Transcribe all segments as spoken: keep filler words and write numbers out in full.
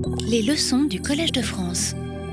Les leçons du Collège de France.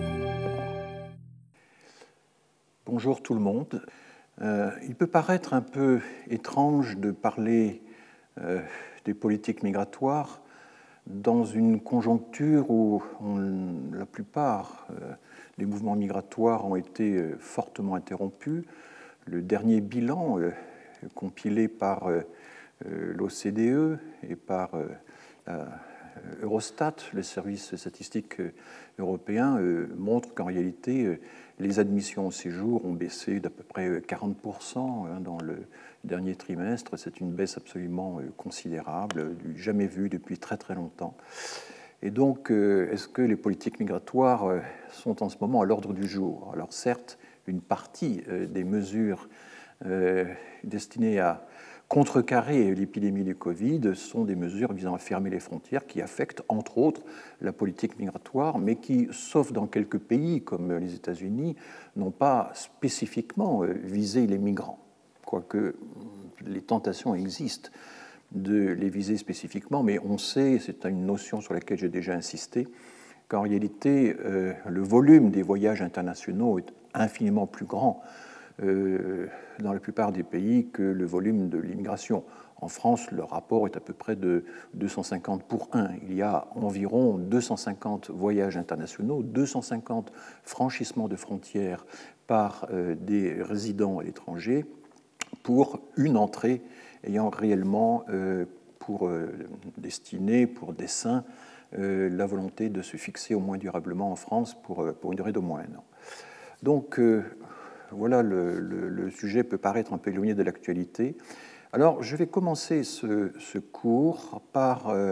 Bonjour tout le monde. Euh, il peut paraître un peu étrange de parler euh, des politiques migratoires dans une conjoncture où on, la plupart euh, des mouvements migratoires ont été euh, fortement interrompus. Le dernier bilan euh, compilé par euh, l'O C D E et par euh, la Eurostat, le service statistique européen, euh, montre qu'en réalité, euh, les admissions au séjour ont baissé d'à peu près quarante pour cent hein, dans le dernier trimestre. C'est une baisse absolument euh, considérable, du jamais vue depuis très très longtemps. Et donc, euh, est-ce que les politiques migratoires euh, sont en ce moment à l'ordre du jour? Alors certes, une partie euh, des mesures euh, destinées à contrecarrer l'épidémie du Covid sont des mesures visant à fermer les frontières qui affectent, entre autres, la politique migratoire, mais qui, sauf dans quelques pays comme les États-Unis, n'ont pas spécifiquement visé les migrants, quoique les tentations existent de les viser spécifiquement, mais on sait, c'est une notion sur laquelle j'ai déjà insisté, qu'en réalité, euh, le volume des voyages internationaux est infiniment plus grand Euh, dans la plupart des pays que le volume de l'immigration. En France, le rapport est à peu près de deux cent cinquante pour un. Il y a environ deux cent cinquante voyages internationaux, deux cent cinquante franchissements de frontières par euh, des résidents à l'étranger pour une entrée ayant réellement euh, pour euh, destinée, pour dessein, euh, la volonté de se fixer au moins durablement en France pour, euh, pour une durée d'au moins un an. Donc, euh, voilà, le, le, le sujet peut paraître un peu éloigné de l'actualité. Alors, je vais commencer ce, ce cours par euh,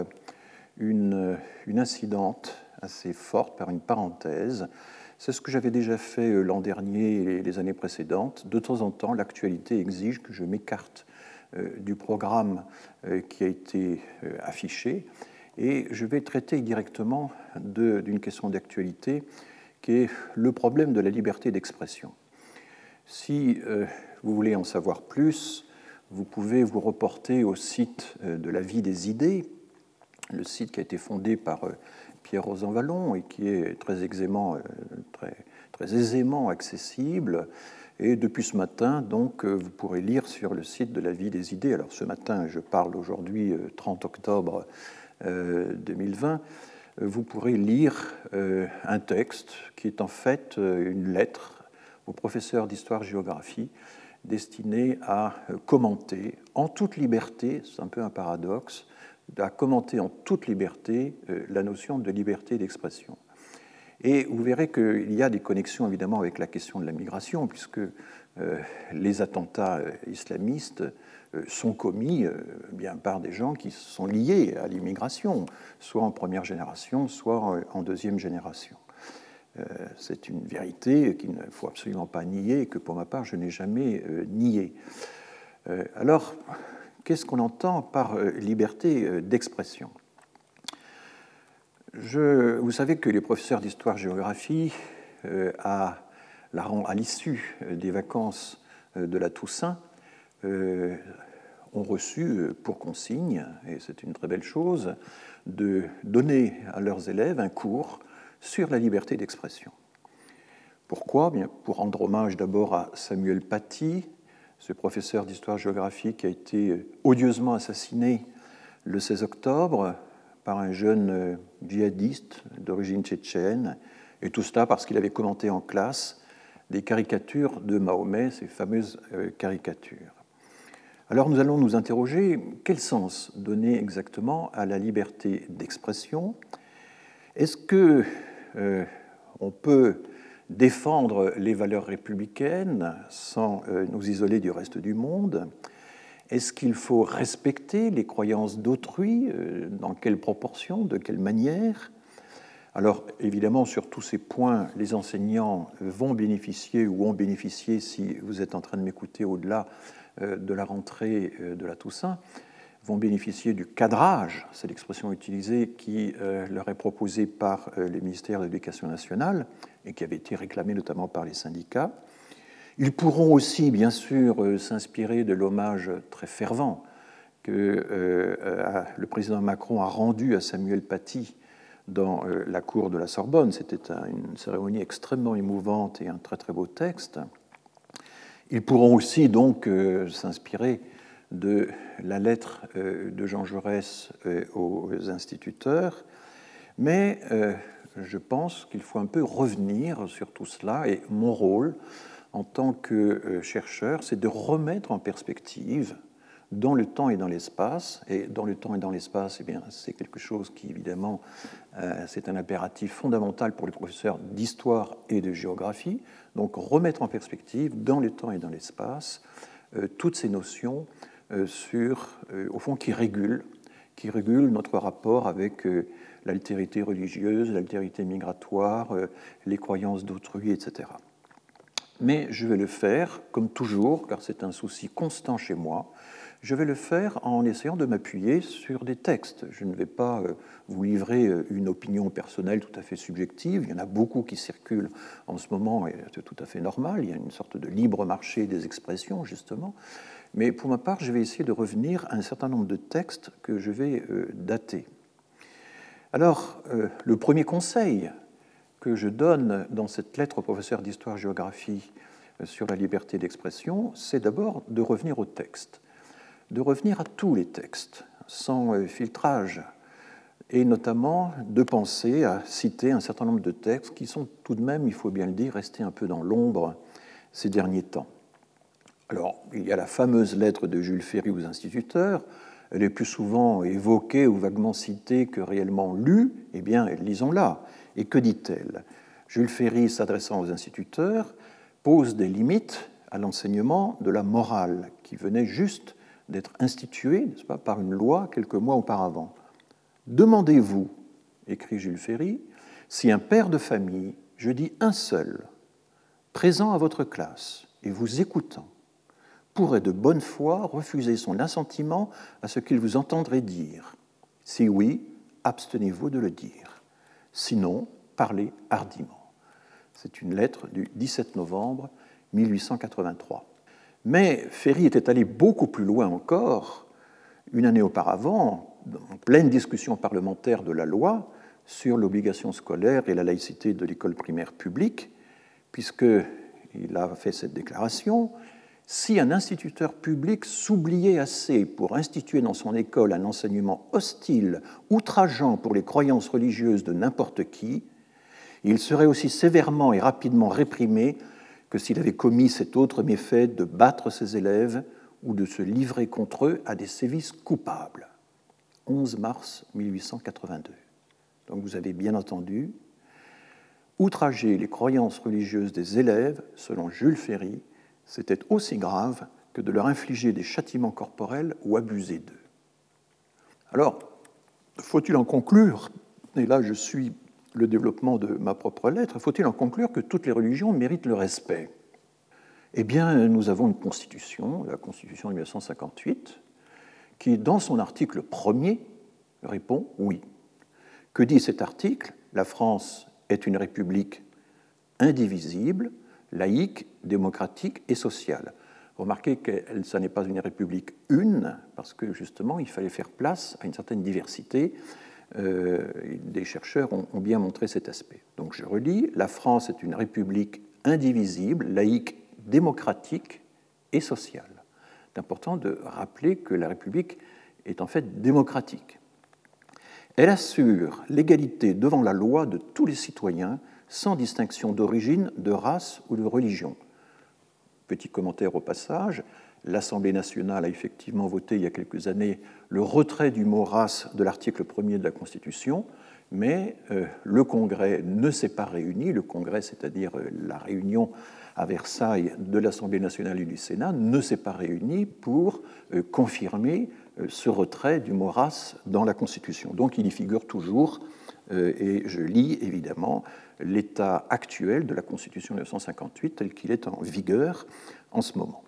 une, une incidente assez forte, par une parenthèse. C'est ce que j'avais déjà fait l'an dernier et les années précédentes. De temps en temps, l'actualité exige que je m'écarte euh, du programme euh, qui a été euh, affiché et je vais traiter directement de, d'une question d'actualité qui est le problème de la liberté d'expression. Si euh, vous voulez en savoir plus, vous pouvez vous reporter au site euh, de la Vie des idées, le site qui a été fondé par euh, Pierre Rosanvallon et qui est très aisément, euh, très, très aisément accessible. Et depuis ce matin, donc, euh, vous pourrez lire sur le site de la Vie des idées. Alors ce matin, je parle aujourd'hui, euh, trente octobre euh, deux mille vingt, euh, vous pourrez lire euh, un texte qui est en fait euh, une lettre au professeur d'histoire-géographie destiné à commenter en toute liberté, c'est un peu un paradoxe, à commenter en toute liberté euh, la notion de liberté d'expression. Et vous verrez qu'il y a des connexions évidemment avec la question de la migration, puisque euh, les attentats islamistes euh, sont commis euh, bien par des gens qui sont liés à l'immigration, soit en première génération, soit en deuxième génération. Euh, c'est une vérité qu'il ne faut absolument pas nier et que pour ma part je n'ai jamais euh, nié. Euh, alors, qu'est-ce qu'on entend par euh, liberté euh, d'expression? Je, vous savez que les professeurs d'histoire-géographie, euh, à, la, à l'issue des vacances de la Toussaint, euh, ont reçu pour consigne, et c'est une très belle chose, de donner à leurs élèves un cours sur la liberté d'expression. Pourquoi? Bien, pour rendre hommage d'abord à Samuel Paty, ce professeur d'histoire-géographie qui a été odieusement assassiné le seize octobre par un jeune djihadiste d'origine tchétchène, et tout cela parce qu'il avait commenté en classe des caricatures de Mahomet, ces fameuses caricatures. Alors nous allons nous interroger quel sens donner exactement à la liberté d'expression. Est-ce que euh, on peut défendre les valeurs républicaines sans euh, nous isoler du reste du monde? Est-ce qu'il faut respecter les croyances d'autrui? euh, Dans quelle proportion? De quelle manière? Alors, évidemment, sur tous ces points, les enseignants vont bénéficier ou ont bénéficié, si vous êtes en train de m'écouter au-delà euh, de la rentrée euh, de la Toussaint, vont bénéficier du cadrage, c'est l'expression utilisée, qui euh, leur est proposé par euh, le ministère de l'Éducation nationale et qui avait été réclamé notamment par les syndicats. Ils pourront aussi, bien sûr, euh, s'inspirer de l'hommage très fervent que euh, euh, le président Macron a rendu à Samuel Paty dans la cour de la Sorbonne. C'était une cérémonie extrêmement émouvante et un très très beau texte. Ils pourront aussi donc s'inspirer de la lettre de Jean Jaurès aux instituteurs, mais je pense qu'il faut un peu revenir sur tout cela, et mon rôle en tant que chercheur, c'est de remettre en perspective dans le temps et dans l'espace, et dans le temps et dans l'espace, eh bien, c'est quelque chose qui, évidemment, euh, c'est un impératif fondamental pour les professeurs d'histoire et de géographie, donc remettre en perspective, dans le temps et dans l'espace, euh, toutes ces notions euh, sur, euh, au fond, qui régulent, qui régulent notre rapport avec euh, l'altérité religieuse, l'altérité migratoire, euh, les croyances d'autrui, et cetera. Mais je vais le faire, comme toujours, car c'est un souci constant chez moi, je vais le faire en essayant de m'appuyer sur des textes. Je ne vais pas vous livrer une opinion personnelle tout à fait subjective. Il y en a beaucoup qui circulent en ce moment, et c'est tout à fait normal. Il y a une sorte de libre marché des expressions, justement. Mais pour ma part, je vais essayer de revenir à un certain nombre de textes que je vais dater. Alors, le premier conseil que je donne dans cette lettre au professeur d'histoire-géographie sur la liberté d'expression, c'est d'abord de revenir au texte, de revenir à tous les textes, sans filtrage, et notamment de penser à citer un certain nombre de textes qui sont tout de même, il faut bien le dire, restés un peu dans l'ombre ces derniers temps. Alors, il y a la fameuse lettre de Jules Ferry aux instituteurs. Elle est plus souvent évoquée ou vaguement citée que réellement lue. Eh bien, lisons-la. Et que dit-elle ? Jules Ferry, s'adressant aux instituteurs, pose des limites à l'enseignement de la morale qui venait juste d'être instituée, n'est-ce pas, par une loi quelques mois auparavant. Demandez-vous, écrit Jules Ferry, si un père de famille, je dis un seul, présent à votre classe et vous écoutant, pourrait de bonne foi refuser son assentiment à ce qu'il vous entendrait dire. Si oui, abstenez-vous de le dire. Sinon, parlez hardiment. C'est une lettre du dix-sept novembre mille huit cent quatre-vingt-trois. Mais Ferry était allé beaucoup plus loin encore, une année auparavant, en pleine discussion parlementaire de la loi sur l'obligation scolaire et la laïcité de l'école primaire publique, puisqu'il a fait cette déclaration. Si un instituteur public s'oubliait assez pour instituer dans son école un enseignement hostile, outrageant pour les croyances religieuses de n'importe qui, il serait aussi sévèrement et rapidement réprimé que s'il avait commis cet autre méfait de battre ses élèves ou de se livrer contre eux à des sévices coupables. onze mars mille huit cent quatre-vingt-deux. Donc vous avez bien entendu, outrager les croyances religieuses des élèves, selon Jules Ferry, c'était aussi grave que de leur infliger des châtiments corporels ou abuser d'eux. Alors, faut-il en conclure, et là je suis le développement de ma propre lettre, faut-il en conclure que toutes les religions méritent le respect ? Eh bien, nous avons une constitution, la constitution de mille neuf cent cinquante-huit, qui, dans son article premier, répond oui. Que dit cet article ? La France est une république indivisible, laïque, démocratique et sociale. Remarquez que ça n'est pas une république une, parce que justement, il fallait faire place à une certaine diversité. Euh, des chercheurs ont, ont bien montré cet aspect. Donc je relis, la France est une république indivisible, laïque, démocratique et sociale. C'est important de rappeler que la République est en fait démocratique. Elle assure l'égalité devant la loi de tous les citoyens, sans distinction d'origine, de race ou de religion. Petit commentaire au passage, l'Assemblée nationale a effectivement voté il y a quelques années le retrait du mot race de l'article premier de la Constitution, mais euh, le Congrès ne s'est pas réuni, le Congrès, c'est-à-dire euh, la réunion à Versailles de l'Assemblée nationale et du Sénat, ne s'est pas réuni pour euh, confirmer euh, ce retrait du mot race dans la Constitution. Donc il y figure toujours, euh, et je lis évidemment, l'état actuel de la Constitution de mille neuf cent cinquante-huit tel qu'il est en vigueur en ce moment.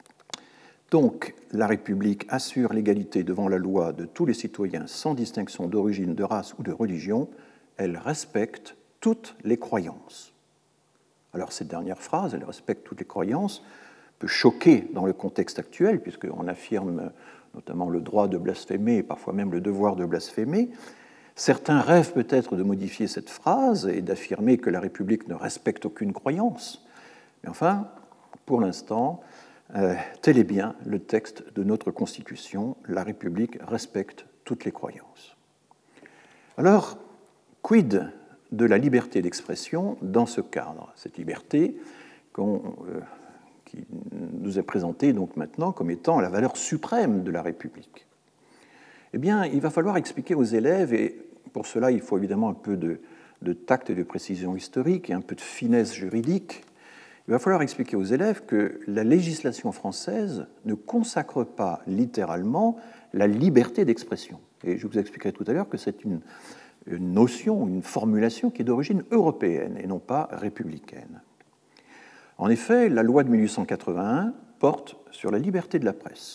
Donc, la République assure l'égalité devant la loi de tous les citoyens sans distinction d'origine, de race ou de religion. Elle respecte toutes les croyances. Alors, cette dernière phrase, elle respecte toutes les croyances, peut choquer dans le contexte actuel, puisqu'on affirme notamment le droit de blasphémer et parfois même le devoir de blasphémer. Certains rêvent peut-être de modifier cette phrase et d'affirmer que la République ne respecte aucune croyance. Mais enfin, pour l'instant, euh, tel est bien le texte de notre Constitution. La République respecte toutes les croyances. Alors, quid de la liberté d'expression dans ce cadre? Cette liberté qu'on, euh, qui nous est présentée donc maintenant comme étant la valeur suprême de la République. Eh bien, il va falloir expliquer aux élèves, et pour cela, il faut évidemment un peu de, de tact et de précision historique et un peu de finesse juridique. Il va falloir expliquer aux élèves que la législation française ne consacre pas littéralement la liberté d'expression. Et je vous expliquerai tout à l'heure que c'est une, une notion, une formulation qui est d'origine européenne et non pas républicaine. En effet, la loi de mille huit cent quatre-vingt-un porte sur la liberté de la presse.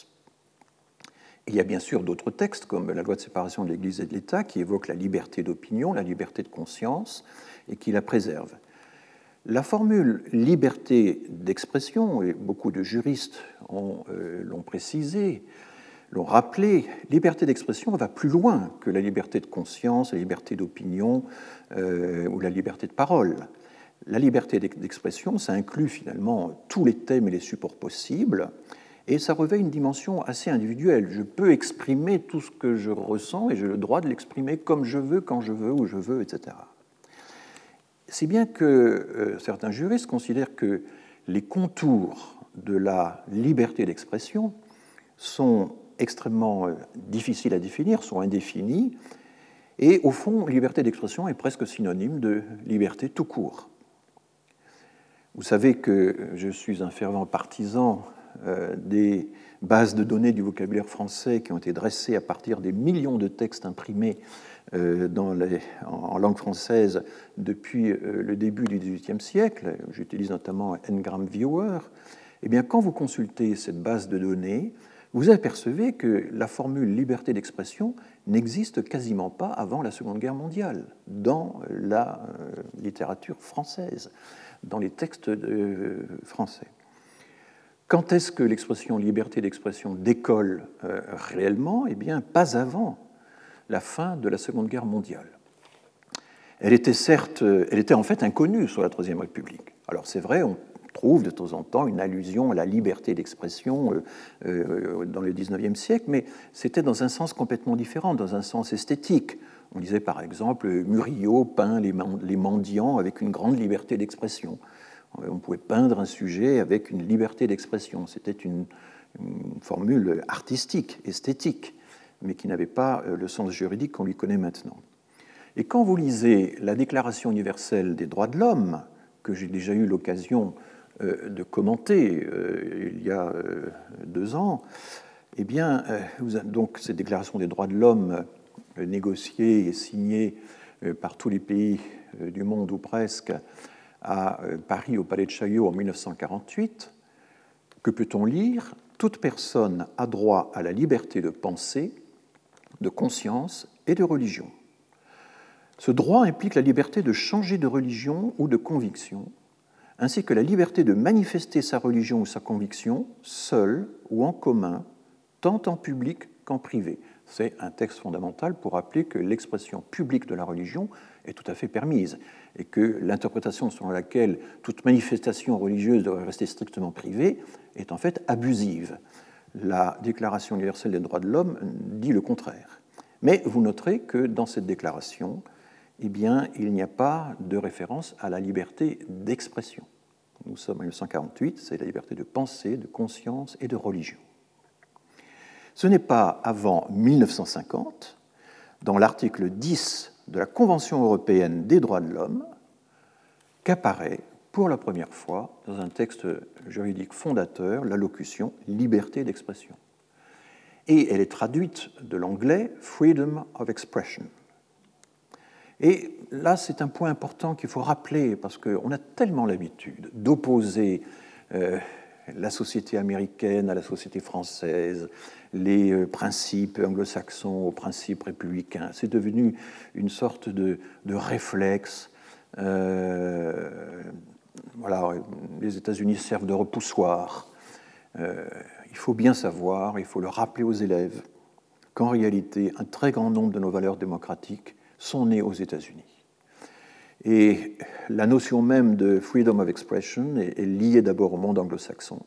Il y a bien sûr d'autres textes, comme la loi de séparation de l'Église et de l'État, qui évoquent la liberté d'opinion, la liberté de conscience, et qui la préservent. La formule liberté d'expression, et beaucoup de juristes ont, euh, l'ont précisé, l'ont rappelé, liberté d'expression va plus loin que la liberté de conscience, la liberté d'opinion euh, ou la liberté de parole. La liberté d'expression, ça inclut finalement tous les thèmes et les supports possibles, et ça revêt une dimension assez individuelle. Je peux exprimer tout ce que je ressens et j'ai le droit de l'exprimer comme je veux, quand je veux, où je veux, et cetera. Si bien que euh, certains juristes considèrent que les contours de la liberté d'expression sont extrêmement euh, difficiles à définir, sont indéfinis, et au fond, liberté d'expression est presque synonyme de liberté tout court. Vous savez que je suis un fervent partisan euh, des bases de données du vocabulaire français qui ont été dressées à partir des millions de textes imprimés euh, dans les, en langue française depuis euh, le début du dix-huitième siècle. J'utilise notamment Ngram Viewer. Eh bien, quand vous consultez cette base de données, vous apercevez que la formule liberté d'expression n'existe quasiment pas avant la Seconde Guerre mondiale dans la euh, littérature française, dans les textes euh, français. Quand est-ce que l'expression liberté d'expression décolle euh, réellement? Eh bien, pas avant la fin de la Seconde Guerre mondiale. Elle était certes, elle était en fait inconnue sous la Troisième République. Alors c'est vrai, on trouve de temps en temps une allusion à la liberté d'expression euh, euh, dans le dix-neuvième siècle, mais c'était dans un sens complètement différent, dans un sens esthétique. On disait par exemple Murillo peint les mendiants avec une grande liberté d'expression. On pouvait peindre un sujet avec une liberté d'expression. C'était une, une formule artistique, esthétique, mais qui n'avait pas le sens juridique qu'on lui connaît maintenant. Et quand vous lisez la Déclaration universelle des droits de l'homme, que j'ai déjà eu l'occasion euh, de commenter euh, il y a euh, deux ans, eh bien, euh, vous avez donc cette Déclaration des droits de l'homme euh, négociée et signée euh, par tous les pays euh, du monde, ou presque, à Paris, au Palais de Chaillot, en mille neuf cent quarante-huit, que peut-on lire? Toute personne a droit à la liberté de pensée, de conscience et de religion. Ce droit implique la liberté de changer de religion ou de conviction, ainsi que la liberté de manifester sa religion ou sa conviction, seule ou en commun, tant en public qu'en privé. C'est un texte fondamental pour rappeler que l'expression publique de la religion est tout à fait permise et que l'interprétation selon laquelle toute manifestation religieuse devrait rester strictement privée est en fait abusive. La Déclaration universelle des droits de l'homme dit le contraire. Mais vous noterez que dans cette déclaration, eh bien, il n'y a pas de référence à la liberté d'expression. Nous sommes en mille neuf cent quarante-huit, c'est la liberté de pensée, de conscience et de religion. Ce n'est pas avant mille neuf cent cinquante, dans l'article dix de la Convention européenne des droits de l'homme, qu'apparaît pour la première fois, dans un texte juridique fondateur, la locution « liberté d'expression ». Et elle est traduite de l'anglais « freedom of expression ». Et là, c'est un point important qu'il faut rappeler, parce qu'on a tellement l'habitude d'opposer euh, la société américaine à la société française, les euh, principes anglo-saxons aux principes républicains. C'est devenu une sorte de, de réflexe. Euh, voilà, les États-Unis servent de repoussoir. Euh, il faut bien savoir, il faut le rappeler aux élèves, qu'en réalité, un très grand nombre de nos valeurs démocratiques sont nés aux États-Unis. Et la notion même de freedom of expression est liée d'abord au monde anglo-saxon.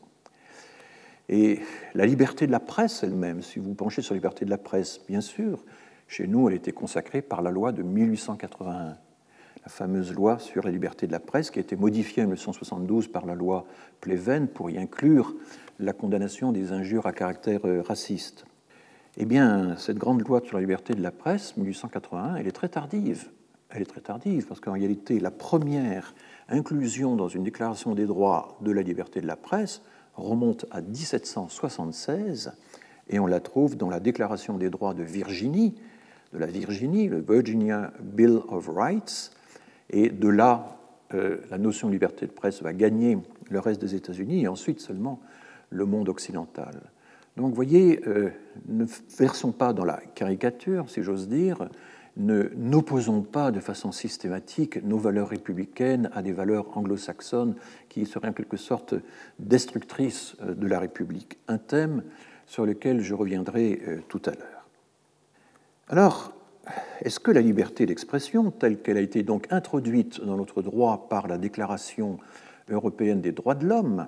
Et la liberté de la presse elle-même, si vous vous penchez sur la liberté de la presse, bien sûr, chez nous, elle était consacrée par la loi de mille huit cent quatre-vingt-un, la fameuse loi sur la liberté de la presse qui a été modifiée en mille neuf cent soixante-douze par la loi Pleven pour y inclure la condamnation des injures à caractère raciste. Eh bien, cette grande loi sur la liberté de la presse, mille huit cent quatre-vingt-un, elle est très tardive. Elle est très tardive parce qu'en réalité, la première inclusion dans une déclaration des droits de la liberté de la presse remonte à dix-sept cent soixante-seize et on la trouve dans la Déclaration des droits de Virginie, de la Virginie, le Virginia Bill of Rights, et de là, euh, la notion de liberté de presse va gagner le reste des États-Unis et ensuite seulement le monde occidental. Donc, vous voyez, euh, ne versons pas dans la caricature, si j'ose dire, ne n'opposons pas de façon systématique nos valeurs républicaines à des valeurs anglo-saxonnes qui seraient en quelque sorte destructrices de la République. Un thème sur lequel je reviendrai tout à l'heure. Alors, est-ce que la liberté d'expression, telle qu'elle a été donc introduite dans notre droit par la Déclaration européenne des droits de l'homme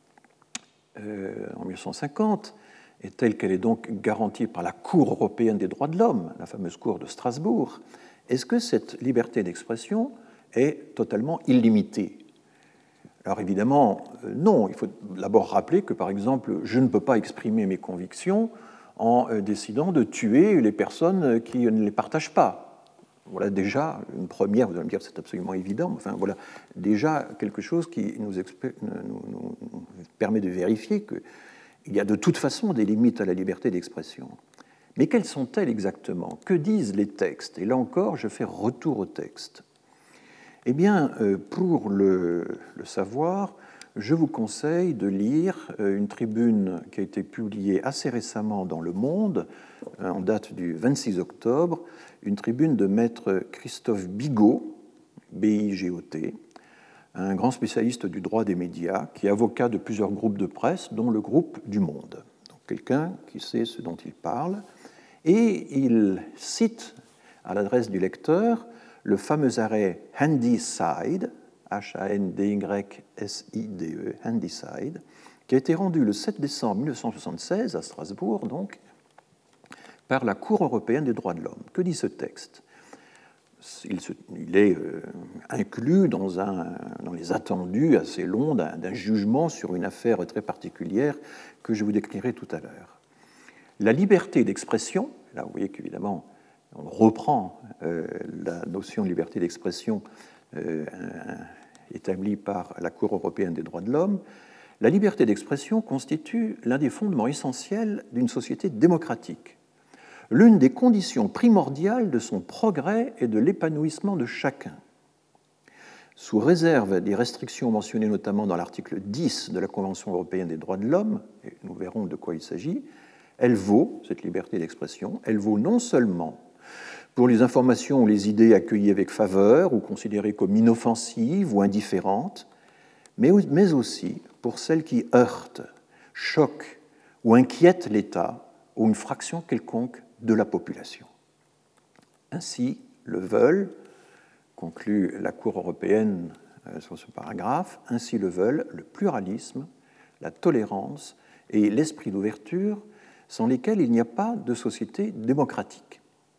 euh, en mille neuf cent cinquante, et telle qu'elle est donc garantie par la Cour européenne des droits de l'homme, la fameuse Cour de Strasbourg, est-ce que cette liberté d'expression est totalement illimitée? Alors évidemment, non. Il faut d'abord rappeler que, par exemple, je ne peux pas exprimer mes convictions en décidant de tuer les personnes qui ne les partagent pas. Voilà déjà une première, vous allez me dire que c'est absolument évident, mais enfin voilà déjà quelque chose qui nous, nous, nous permet de vérifier que il y a de toute façon des limites à la liberté d'expression. Mais quelles sont-elles exactement? Que disent les textes? Et là encore, je fais retour au texte. Eh bien, pour le, le savoir, je vous conseille de lire une tribune qui a été publiée assez récemment dans Le Monde, en date du vingt-six octobre, une tribune de maître Christophe Bigot, B I G O T, un grand spécialiste du droit des médias, qui est avocat de plusieurs groupes de presse, dont le groupe du Monde. Donc quelqu'un qui sait ce dont il parle. Et il cite, à l'adresse du lecteur, le fameux arrêt Handyside, H A N D Y S I D E, Handyside, qui a été rendu le sept décembre mille neuf cent soixante-seize à Strasbourg, donc, par la Cour européenne des droits de l'homme. Que dit ce texte? Il, se, il est euh, inclus dans, un, dans les attendus assez longs d'un, d'un jugement sur une affaire très particulière que je vous décrirai tout à l'heure. La liberté d'expression, là vous voyez qu'évidemment on reprend euh, la notion de liberté d'expression euh, établie par la Cour européenne des droits de l'homme, la liberté d'expression constitue l'un des fondements essentiels d'une société démocratique, l'une des conditions primordiales de son progrès et de l'épanouissement de chacun. Sous réserve des restrictions mentionnées notamment dans l'article dix de la Convention européenne des droits de l'homme, et nous verrons de quoi il s'agit, elle vaut, cette liberté d'expression, elle vaut non seulement pour les informations ou les idées accueillies avec faveur ou considérées comme inoffensives ou indifférentes, mais, mais aussi pour celles qui heurtent, choquent ou inquiètent l'État ou une fraction quelconque de la population. Ainsi le veulent, conclut la Cour européenne sur ce paragraphe, ainsi le veulent le pluralisme, la tolérance et l'esprit d'ouverture sans lesquels il n'y a pas de société démocratique.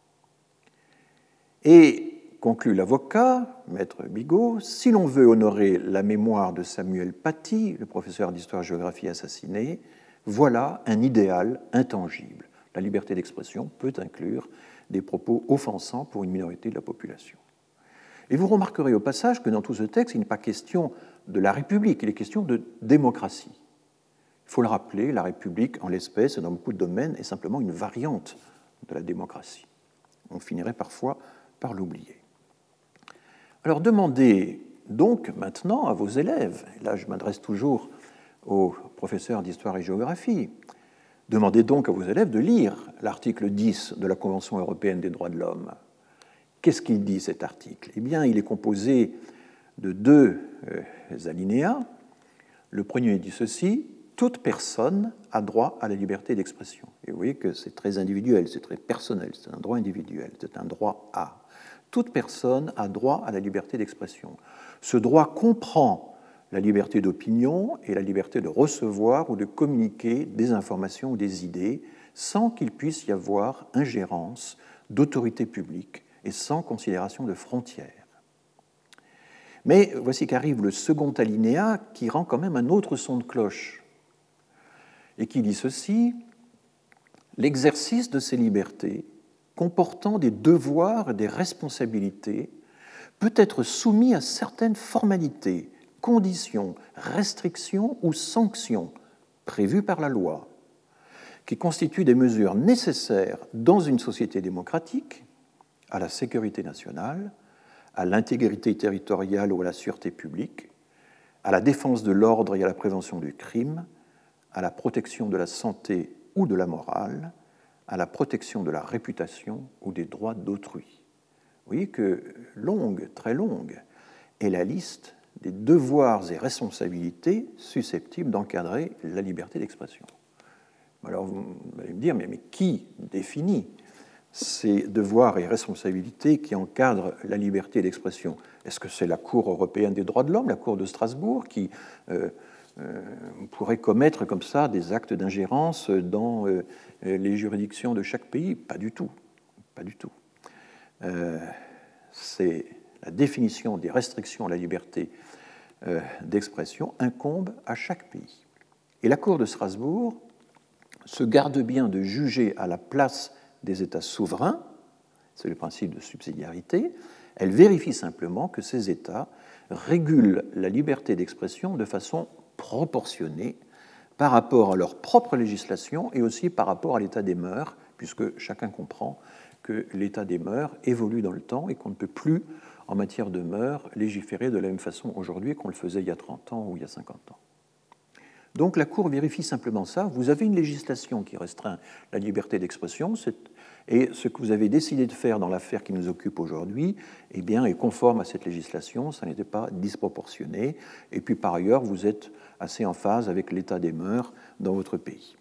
Et, conclut l'avocat, maître Bigot, si l'on veut honorer la mémoire de Samuel Paty, le professeur d'histoire-géographie assassiné, voilà un idéal intangible. La liberté d'expression peut inclure des propos offensants pour une minorité de la population. Et vous remarquerez au passage que dans tout ce texte, il n'est pas question de la République, il est question de démocratie. Il faut le rappeler, la République, en l'espèce, dans beaucoup de domaines, est simplement une variante de la démocratie. On finirait parfois par l'oublier. Alors demandez donc maintenant à vos élèves, et là je m'adresse toujours aux professeurs d'histoire et géographie, demandez donc à vos élèves de lire l'article dix de la Convention européenne des droits de l'homme. Qu'est-ce qu'il dit cet article? Eh bien, il est composé de deux euh, alinéas. Le premier dit ceci: toute personne a droit à la liberté d'expression. Et vous voyez que c'est très individuel, c'est très personnel, c'est un droit individuel, c'est un droit à. Toute personne a droit à la liberté d'expression. Ce droit comprend la liberté d'opinion et la liberté de recevoir ou de communiquer des informations ou des idées sans qu'il puisse y avoir ingérence d'autorité publique et sans considération de frontières. Mais voici qu'arrive le second alinéa qui rend quand même un autre son de cloche et qui dit ceci: l'exercice de ces libertés comportant des devoirs et des responsabilités peut être soumis à certaines formalités, conditions, restrictions ou sanctions prévues par la loi, qui constituent des mesures nécessaires dans une société démocratique à la sécurité nationale, à l'intégrité territoriale ou à la sûreté publique, à la défense de l'ordre et à la prévention du crime, à la protection de la santé ou de la morale, à la protection de la réputation ou des droits d'autrui. Vous voyez que longue, très longue, est la liste des devoirs et responsabilités susceptibles d'encadrer la liberté d'expression. Alors vous allez me dire, mais, mais qui définit ces devoirs et responsabilités qui encadrent la liberté d'expression? Est-ce que c'est la Cour européenne des droits de l'homme, la Cour de Strasbourg, qui euh, euh, pourrait commettre comme ça des actes d'ingérence dans euh, les juridictions de chaque pays? Pas du tout, pas du tout. Euh, c'est la définition des restrictions à la liberté euh, d'expression incombe à chaque pays. Et la Cour de Strasbourg se garde bien de juger à la place des États souverains, c'est le principe de subsidiarité. Elle vérifie simplement que ces États régulent la liberté d'expression de façon proportionnée par rapport à leur propre législation et aussi par rapport à l'état des mœurs, puisque chacun comprend que l'état des mœurs évolue dans le temps et qu'on ne peut plus, en matière de mœurs, légiférer de la même façon aujourd'hui qu'on le faisait il y a trente ans ou il y a cinquante ans. Donc la Cour vérifie simplement ça. Vous avez une législation qui restreint la liberté d'expression, et ce que vous avez décidé de faire dans l'affaire qui nous occupe aujourd'hui, eh bien, est conforme à cette législation, ça n'était pas disproportionné, et puis par ailleurs, vous êtes assez en phase avec l'état des mœurs dans votre pays.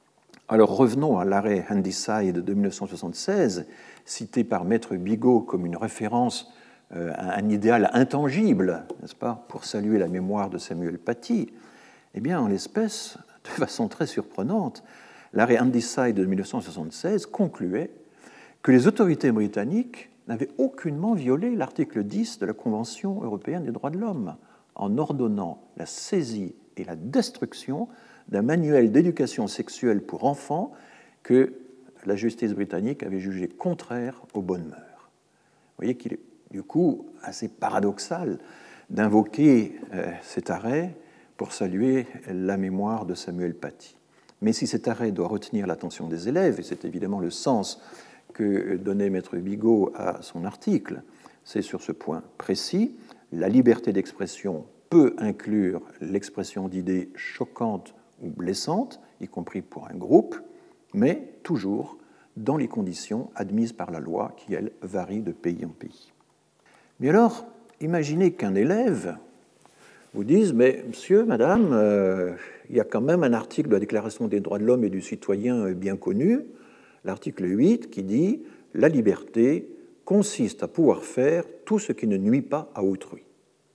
Alors revenons à l'arrêt Handyside de mille neuf cent soixante-seize, cité par Maître Bigot comme une référence euh, à un idéal intangible, n'est-ce pas, pour saluer la mémoire de Samuel Paty. Eh bien, en l'espèce, de façon très surprenante, l'arrêt Handyside de mille neuf cent soixante-seize concluait que les autorités britanniques n'avaient aucunement violé l'article dix de la Convention européenne des droits de l'homme en ordonnant la saisie et la destruction d'un manuel d'éducation sexuelle pour enfants que la justice britannique avait jugé contraire aux bonnes mœurs. Vous voyez qu'il est du coup assez paradoxal d'invoquer euh, cet arrêt pour saluer la mémoire de Samuel Paty. Mais si cet arrêt doit retenir l'attention des élèves, et c'est évidemment le sens que donnait Maître Bigot à son article, c'est sur ce point précis, la liberté d'expression peut inclure l'expression d'idées choquantes ou blessantes, y compris pour un groupe, mais toujours dans les conditions admises par la loi qui, elles, varient de pays en pays. Mais alors, imaginez qu'un élève vous disent, mais monsieur, madame, euh, il y a quand même un article de la Déclaration des droits de l'homme et du citoyen bien connu, l'article huit, qui dit « La liberté consiste à pouvoir faire tout ce qui ne nuit pas à autrui ».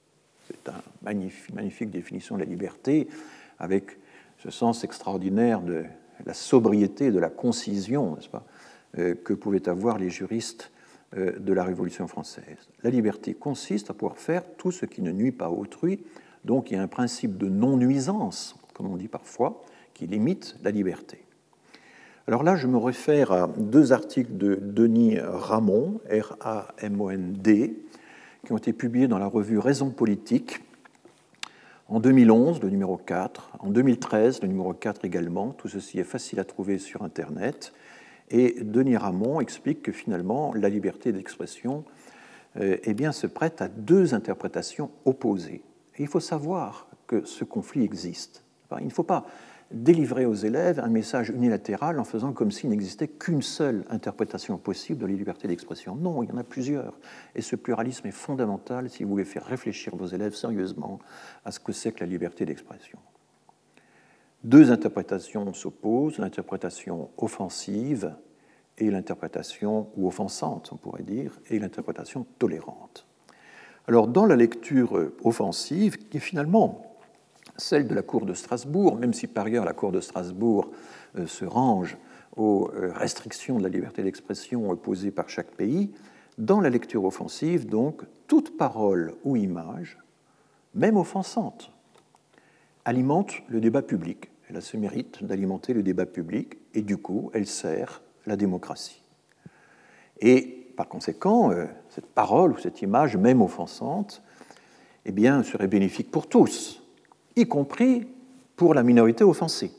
C'est une magnifique, magnifique définition de la liberté, avec ce sens extraordinaire de la sobriété, de la concision, n'est-ce pas, euh, que pouvaient avoir les juristes euh, de la Révolution française. La liberté consiste à pouvoir faire tout ce qui ne nuit pas à autrui. Donc il y a un principe de non-nuisance, comme on dit parfois, qui limite la liberté. Alors là, je me réfère à deux articles de Denis Ramond, R A M O N D, qui ont été publiés dans la revue Raison politique, en deux mille onze, le numéro quatre, en deux mille treize, le numéro quatre également. Tout ceci est facile à trouver sur Internet. Et Denis Ramond explique que finalement, la liberté d'expression euh, eh bien, se prête à deux interprétations opposées. Et il faut savoir que ce conflit existe. Il ne faut pas délivrer aux élèves un message unilatéral en faisant comme s'il n'existait qu'une seule interprétation possible de la liberté d'expression. Non, il y en a plusieurs. Et ce pluralisme est fondamental si vous voulez faire réfléchir vos élèves sérieusement à ce que c'est que la liberté d'expression. Deux interprétations s'opposent, l'interprétation offensive et l'interprétation, ou offensante, on pourrait dire, et l'interprétation tolérante. Alors, dans la lecture offensive, qui est finalement celle de la Cour de Strasbourg, même si par ailleurs la Cour de Strasbourg euh, se range aux euh, restrictions de la liberté d'expression posées par chaque pays, dans la lecture offensive, donc, toute parole ou image, même offensante, alimente le débat public. Elle a ce mérite d'alimenter le débat public et du coup, elle sert la démocratie. Et par conséquent, euh, cette parole ou cette image, même offensante, eh bien, serait bénéfique pour tous, y compris pour la minorité offensée.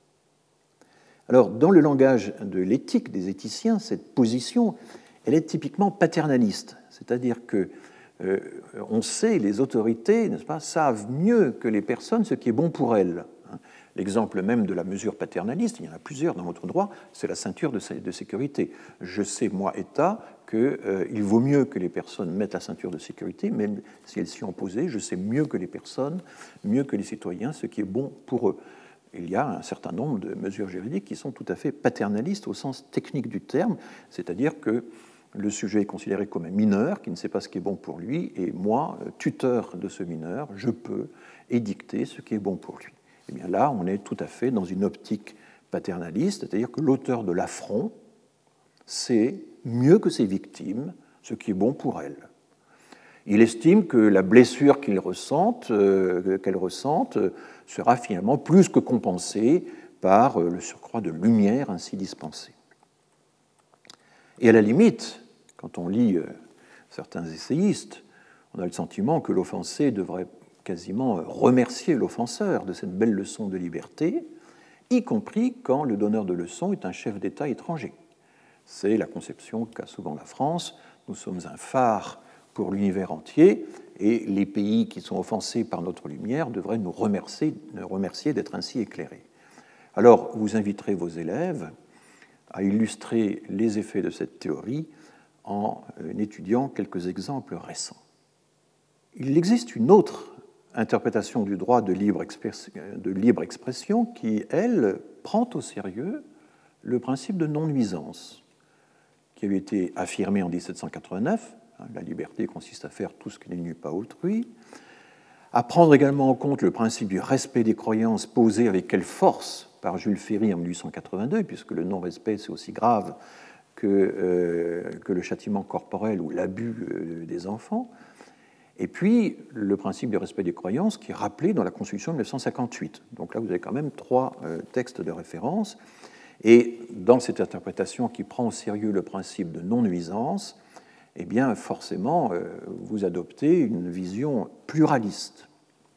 Alors, dans le langage de l'éthique des éthiciens, cette position, elle est typiquement paternaliste, c'est-à-dire que euh, on sait, les autorités, n'est-ce pas, savent mieux que les personnes ce qui est bon pour elles. L'exemple même de la mesure paternaliste, il y en a plusieurs dans notre droit, c'est la ceinture de sécurité. Je sais, moi, État, qu'il euh, vaut mieux que les personnes mettent la ceinture de sécurité, même si elles s'y ont opposées. Je sais mieux que les personnes, mieux que les citoyens, ce qui est bon pour eux. Il y a un certain nombre de mesures juridiques qui sont tout à fait paternalistes au sens technique du terme, c'est-à-dire que le sujet est considéré comme un mineur qui ne sait pas ce qui est bon pour lui, et moi, tuteur de ce mineur, je peux édicter ce qui est bon pour lui. Eh bien là, on est tout à fait dans une optique paternaliste, c'est-à-dire que l'auteur de l'affront sait mieux que ses victimes ce qui est bon pour elles. Il estime que la blessure qu'il ressente, euh, qu'elle ressente sera finalement plus que compensée par le surcroît de lumière ainsi dispensé. Et à la limite, quand on lit euh, certains essayistes, on a le sentiment que l'offensé devrait quasiment remercier l'offenseur de cette belle leçon de liberté, y compris quand le donneur de leçon est un chef d'État étranger. C'est la conception qu'a souvent la France. Nous sommes un phare pour l'univers entier, et les pays qui sont offensés par notre lumière devraient nous remercier, nous remercier d'être ainsi éclairés. Alors, vous inviterez vos élèves à illustrer les effets de cette théorie en étudiant quelques exemples récents. Il existe une autre interprétation du droit de libre, de libre expression qui, elle, prend au sérieux le principe de non-nuisance qui avait été affirmé en dix-sept cent quatre-vingt-neuf. La liberté consiste à faire tout ce qui n'est nu pas autrui. À prendre également en compte le principe du respect des croyances posé avec quelle force par Jules Ferry en mille huit cent quatre-vingt-deux, puisque le non-respect, c'est aussi grave que, euh, que le châtiment corporel ou l'abus euh, des enfants. Et puis, le principe du respect des croyances qui est rappelé dans la Constitution de mille neuf cent cinquante-huit. Donc là, vous avez quand même trois euh, textes de référence. Et dans cette interprétation qui prend au sérieux le principe de non-nuisance, eh bien, forcément, euh, vous adoptez une vision pluraliste.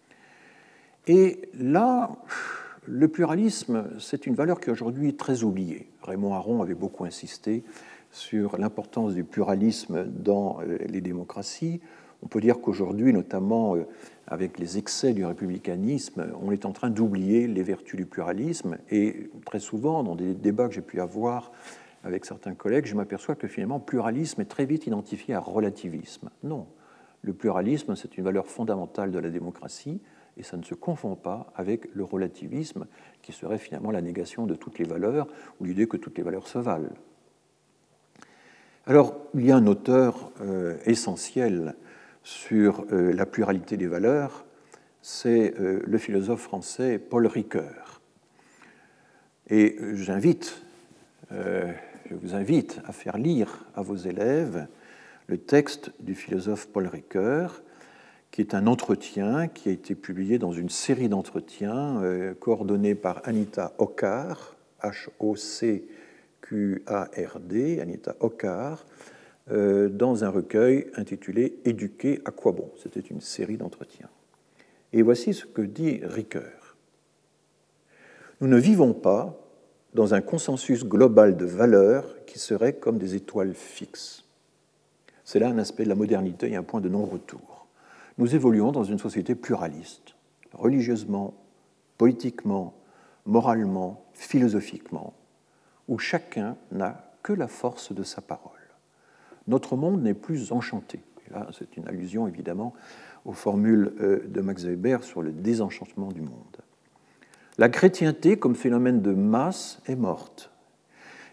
Et là, le pluralisme, c'est une valeur qui est aujourd'hui très oubliée. Raymond Aron avait beaucoup insisté sur l'importance du pluralisme dans euh, les démocraties. On peut dire qu'aujourd'hui, notamment euh, avec les excès du républicanisme, on est en train d'oublier les vertus du pluralisme. Et très souvent, dans des débats que j'ai pu avoir avec certains collègues, je m'aperçois que finalement, pluralisme est très vite identifié à relativisme. Non, le pluralisme, c'est une valeur fondamentale de la démocratie, et ça ne se confond pas avec le relativisme, qui serait finalement la négation de toutes les valeurs, ou l'idée que toutes les valeurs se valent. Alors, il y a un auteur euh, essentiel sur euh, la pluralité des valeurs, c'est euh, le philosophe français Paul Ricoeur. Et j'invite, euh, je vous invite à faire lire à vos élèves le texte du philosophe Paul Ricoeur, qui est un entretien qui a été publié dans une série d'entretiens euh, coordonnés par Anita Ockar, H O C Q A R D, Anita Ockar, euh, dans un recueil intitulé « Éduquer à quoi bon ?» C'était une série d'entretiens. Et voici ce que dit Ricoeur. « Nous ne vivons pas dans un consensus global de valeurs qui seraient comme des étoiles fixes. C'est là un aspect de la modernité et un point de non-retour. Nous évoluons dans une société pluraliste, religieusement, politiquement, moralement, philosophiquement, où chacun n'a que la force de sa parole. Notre monde n'est plus enchanté. » Et là, c'est une allusion, évidemment, aux formules de Max Weber sur le désenchantement du monde. « La chrétienté, comme phénomène de masse, est morte.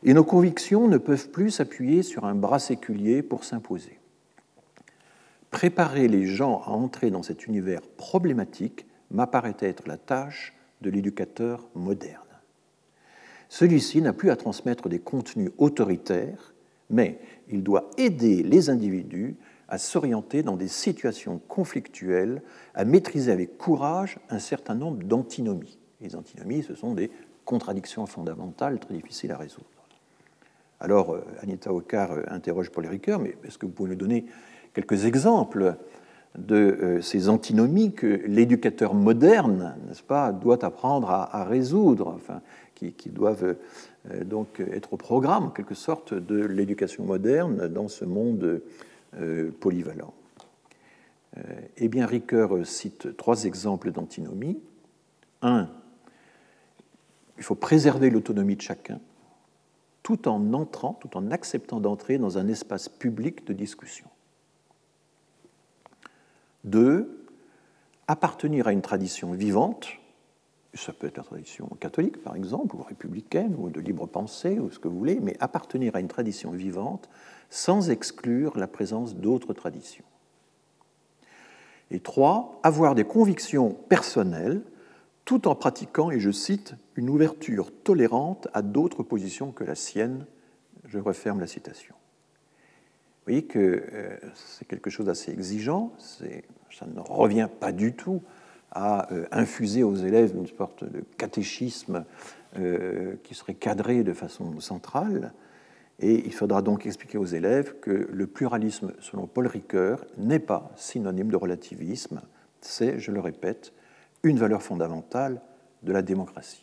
Et nos convictions ne peuvent plus s'appuyer sur un bras séculier pour s'imposer. Préparer les gens à entrer dans cet univers problématique m'apparaît être la tâche de l'éducateur moderne. Celui-ci n'a plus à transmettre des contenus autoritaires, mais il doit aider les individus à s'orienter dans des situations conflictuelles, à maîtriser avec courage un certain nombre d'antinomies. Les antinomies, ce sont des contradictions fondamentales très difficiles à résoudre. Alors, Anita Ocar interroge Paul Ricoeur, mais est-ce que vous pouvez nous donner quelques exemples de ces antinomies que l'éducateur moderne, n'est-ce pas, doit apprendre à, à résoudre, enfin, qui, qui doivent euh, donc être au programme, en quelque sorte, de l'éducation moderne dans ce monde euh, polyvalent. Euh, eh bien, Ricoeur cite trois exemples d'antinomies. Un, il faut préserver l'autonomie de chacun, tout en entrant, tout en acceptant d'entrer dans un espace public de discussion. Deux, appartenir à une tradition vivante, ça peut être la tradition catholique par exemple, ou républicaine, ou de libre pensée, ou ce que vous voulez, mais appartenir à une tradition vivante sans exclure la présence d'autres traditions. Et trois, avoir des convictions personnelles tout en pratiquant, et je cite, une ouverture tolérante à d'autres positions que la sienne. Je referme la citation. Vous voyez que euh, c'est quelque chose d'assez exigeant, c'est, ça ne revient pas du tout à euh, infuser aux élèves une sorte de catéchisme euh, qui serait cadré de façon centrale, et il faudra donc expliquer aux élèves que le pluralisme, selon Paul Ricoeur, n'est pas synonyme de relativisme, c'est, je le répète, une valeur fondamentale de la démocratie.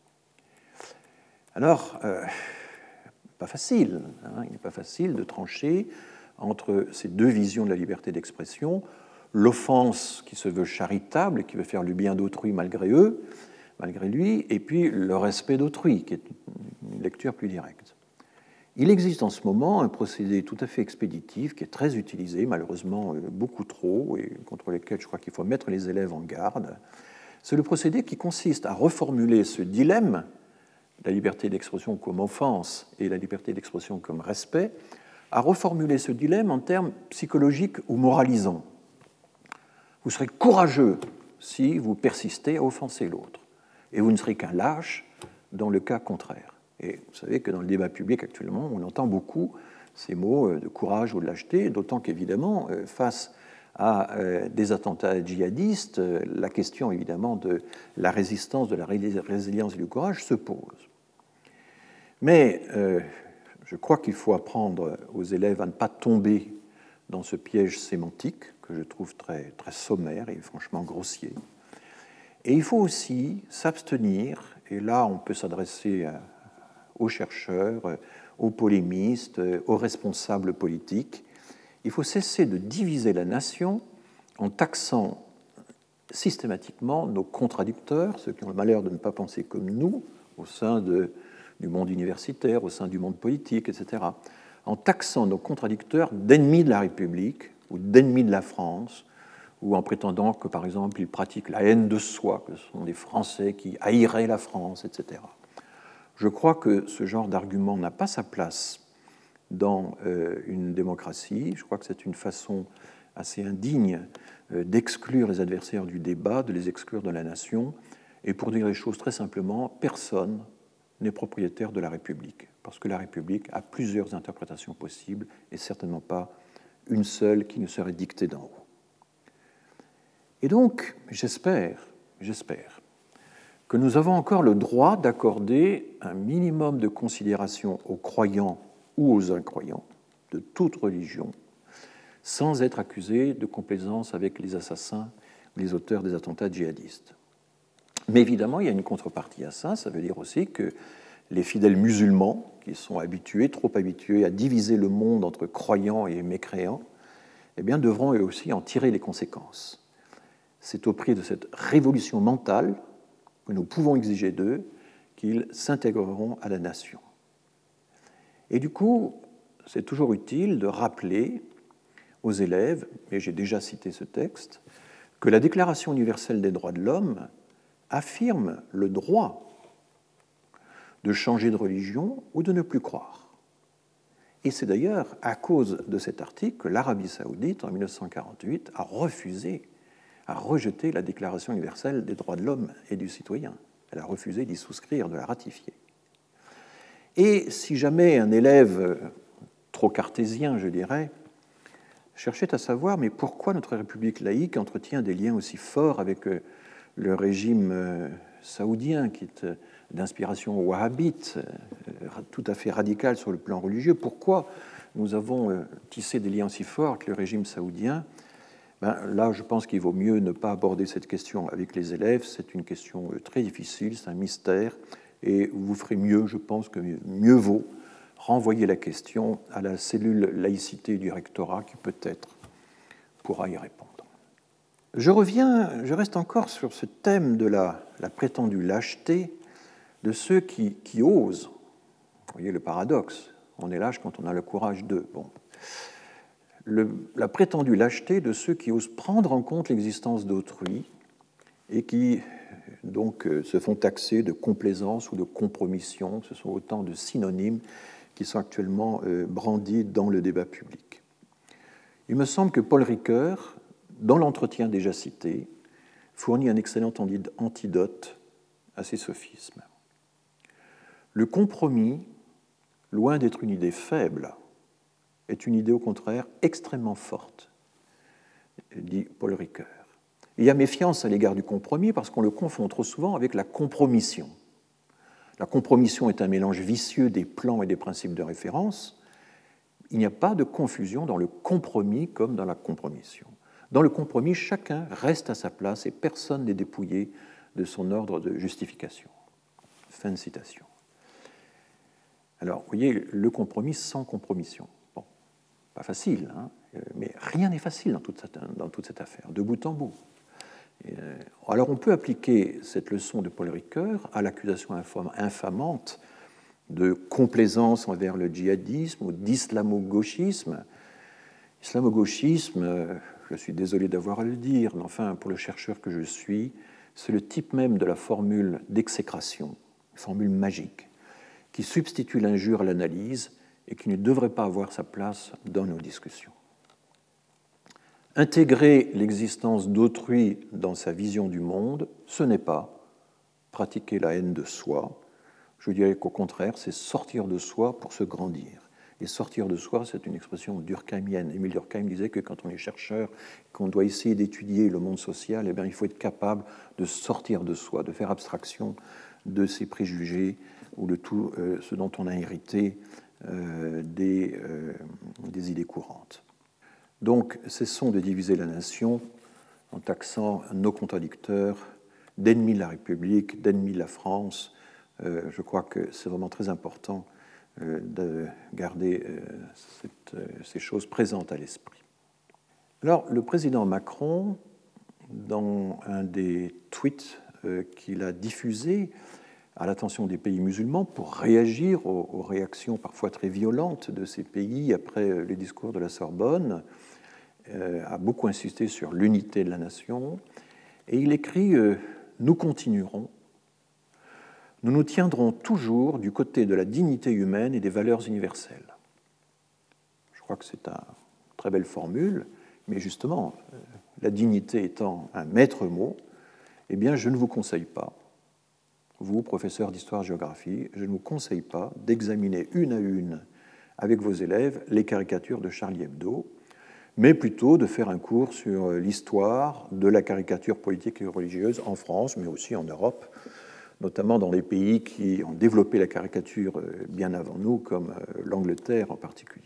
Alors, euh, pas facile, hein, il n'est pas facile de trancher entre ces deux visions de la liberté d'expression, l'offense qui se veut charitable et qui veut faire le bien d'autrui malgré eux, malgré lui, et puis le respect d'autrui, qui est une lecture plus directe. Il existe en ce moment un procédé tout à fait expéditif qui est très utilisé, malheureusement beaucoup trop, et contre lequel je crois qu'il faut mettre les élèves en garde. C'est le procédé qui consiste à reformuler ce dilemme, la liberté d'expression comme offense et la liberté d'expression comme respect, à reformuler ce dilemme en termes psychologiques ou moralisants. Vous serez courageux si vous persistez à offenser l'autre, et vous ne serez qu'un lâche dans le cas contraire. Et vous savez que dans le débat public actuellement, on entend beaucoup ces mots de courage ou de lâcheté, d'autant qu'évidemment, face à des attentats djihadistes, la question évidemment de la résistance, de la résilience et du courage se pose. Mais euh, je crois qu'il faut apprendre aux élèves à ne pas tomber dans ce piège sémantique que je trouve très, très sommaire et franchement grossier. Et il faut aussi s'abstenir, et là on peut s'adresser aux chercheurs, aux polémistes, aux responsables politiques, il faut cesser de diviser la nation en taxant systématiquement nos contradicteurs, ceux qui ont le malheur de ne pas penser comme nous, au sein de, du monde universitaire, au sein du monde politique, et cetera, en taxant nos contradicteurs d'ennemis de la République ou d'ennemis de la France, ou en prétendant que, par exemple, ils pratiquent la haine de soi, que ce sont des Français qui haïraient la France, et cetera. Je crois que ce genre d'argument n'a pas sa place dans euh, une démocratie. Je crois que c'est une façon assez indigne euh, d'exclure les adversaires du débat, de les exclure de la nation. Et pour dire les choses très simplement, personne n'est propriétaire de la République, parce que la République a plusieurs interprétations possibles et certainement pas une seule qui ne serait dictée d'en haut. Et donc, j'espère, j'espère que nous avons encore le droit d'accorder un minimum de considération aux croyants ou aux incroyants de toute religion, sans être accusés de complaisance avec les assassins, les auteurs des attentats djihadistes. Mais évidemment, il y a une contrepartie à ça, ça veut dire aussi que les fidèles musulmans, qui sont habitués, trop habitués à diviser le monde entre croyants et mécréants, eh bien, devront eux aussi en tirer les conséquences. C'est au prix de cette révolution mentale que nous pouvons exiger d'eux qu'ils s'intégreront à la nation. Et du coup, c'est toujours utile de rappeler aux élèves, et j'ai déjà cité ce texte, que la Déclaration universelle des droits de l'homme affirme le droit de changer de religion ou de ne plus croire. Et c'est d'ailleurs à cause de cet article que l'Arabie saoudite, en mille neuf cent quarante-huit, a refusé, a rejeté la Déclaration universelle des droits de l'homme et du citoyen. Elle a refusé d'y souscrire, de la ratifier. Et si jamais un élève trop cartésien, je dirais, cherchait à savoir mais pourquoi notre République laïque entretient des liens aussi forts avec le régime saoudien, qui est d'inspiration wahhabite, tout à fait radical sur le plan religieux, pourquoi nous avons tissé des liens si forts avec le régime saoudien? Ben, là, je pense qu'il vaut mieux ne pas aborder cette question avec les élèves. C'est une question très difficile, c'est un mystère, et vous ferez mieux, je pense que mieux vaut renvoyer la question à la cellule laïcité du rectorat qui peut-être pourra y répondre. Je reviens, je reste encore sur ce thème de la, la prétendue lâcheté de ceux qui, qui osent. Vous voyez le paradoxe, on est lâche quand on a le courage de. Bon. Le, la prétendue lâcheté de ceux qui osent prendre en compte l'existence d'autrui et qui donc se font taxer de complaisance ou de compromission. Ce sont autant de synonymes qui sont actuellement brandis dans le débat public. Il me semble que Paul Ricoeur, dans l'entretien déjà cité, fournit un excellent antidote à ces sophismes. Le compromis, loin d'être une idée faible, est une idée au contraire extrêmement forte, dit Paul Ricoeur. Il y a méfiance à l'égard du compromis parce qu'on le confond trop souvent avec la compromission. La compromission est un mélange vicieux des plans et des principes de référence. Il n'y a pas de confusion dans le compromis comme dans la compromission. Dans le compromis, chacun reste à sa place et personne n'est dépouillé de son ordre de justification. Fin de citation. Alors, vous voyez, le compromis sans compromission. Bon, pas facile, hein, mais rien n'est facile dans toute cette, dans toute cette affaire, de bout en bout. Et, alors, on peut appliquer cette leçon de Paul Ricoeur à l'accusation infamante de complaisance envers le djihadisme ou d'islamo-gauchisme. Islamo-gauchisme, je suis désolé d'avoir à le dire, mais enfin, pour le chercheur que je suis, c'est le type même de la formule d'exécration, une formule magique, qui substitue l'injure à l'analyse et qui ne devrait pas avoir sa place dans nos discussions. Intégrer l'existence d'autrui dans sa vision du monde, ce n'est pas pratiquer la haine de soi. Je dirais qu'au contraire, c'est sortir de soi pour se grandir. Et sortir de soi, c'est une expression durkheimienne. Émile Durkheim disait que quand on est chercheur, qu'on doit essayer d'étudier le monde social, eh bien, il faut être capable de sortir de soi, de faire abstraction de ses préjugés ou de tout euh, ce dont on a hérité euh, des, euh, des idées courantes. Donc, cessons de diviser la nation en taxant nos contradicteurs d'ennemis de la République, d'ennemis de la France. Euh, je crois que c'est vraiment très important euh, de garder euh, cette, euh, ces choses présentes à l'esprit. Alors, le président Macron, dans un des tweets euh, qu'il a diffusés à l'attention des pays musulmans pour réagir aux, aux réactions parfois très violentes de ces pays après les discours de la Sorbonne, euh, a beaucoup insisté sur l'unité de la nation. Et il écrit euh, « Nous continuerons, nous nous tiendrons toujours du côté de la dignité humaine et des valeurs universelles. » Je crois que c'est une très belle formule, mais justement, euh, la dignité étant un maître mot, eh bien, je ne vous conseille pas, vous, professeur d'histoire-géographie, je ne vous conseille pas d'examiner une à une avec vos élèves les caricatures de Charlie Hebdo, mais plutôt de faire un cours sur l'histoire de la caricature politique et religieuse en France, mais aussi en Europe, notamment dans les pays qui ont développé la caricature bien avant nous, comme l'Angleterre en particulier.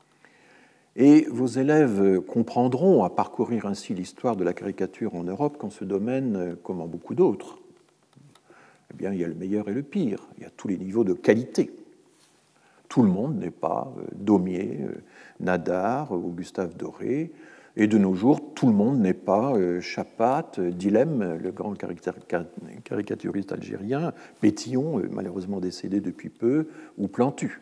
Et vos élèves comprendront à parcourir ainsi l'histoire de la caricature en Europe qu'en ce domaine, comme en beaucoup d'autres, eh bien, il y a le meilleur et le pire, il y a tous les niveaux de qualité. Tout le monde n'est pas Daumier, Nadar ou Gustave Doré, et de nos jours, tout le monde n'est pas Chapat, Dilem, le grand caricaturiste algérien, Pétillon, malheureusement décédé depuis peu, ou Plantu.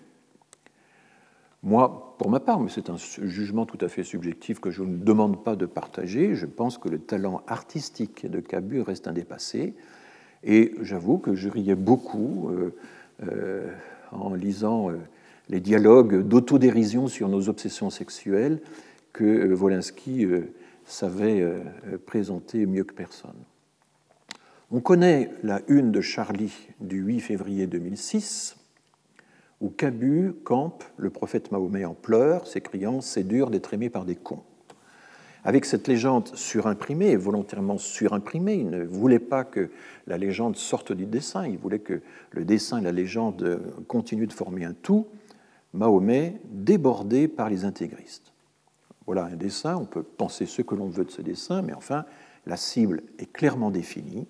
Moi, pour ma part, mais c'est un jugement tout à fait subjectif que je ne demande pas de partager, je pense que le talent artistique de Cabu reste indépassé, et j'avoue que je riais beaucoup euh, en lisant euh, les dialogues d'autodérision sur nos obsessions sexuelles que euh, Wolinski euh, savait euh, présenter mieux que personne. On connaît la une de Charlie du huit février deux mille six, où Cabu campe le prophète Mahomet en pleurs, s'écriant « C'est dur d'être aimé par des cons ». Avec cette légende surimprimée, et volontairement surimprimée, il ne voulait pas que la légende sorte du dessin, il voulait que le dessin et la légende continuent de former un tout, Mahomet débordé par les intégristes. Voilà un dessin, on peut penser ce que l'on veut de ce dessin, mais enfin, la cible est clairement définie.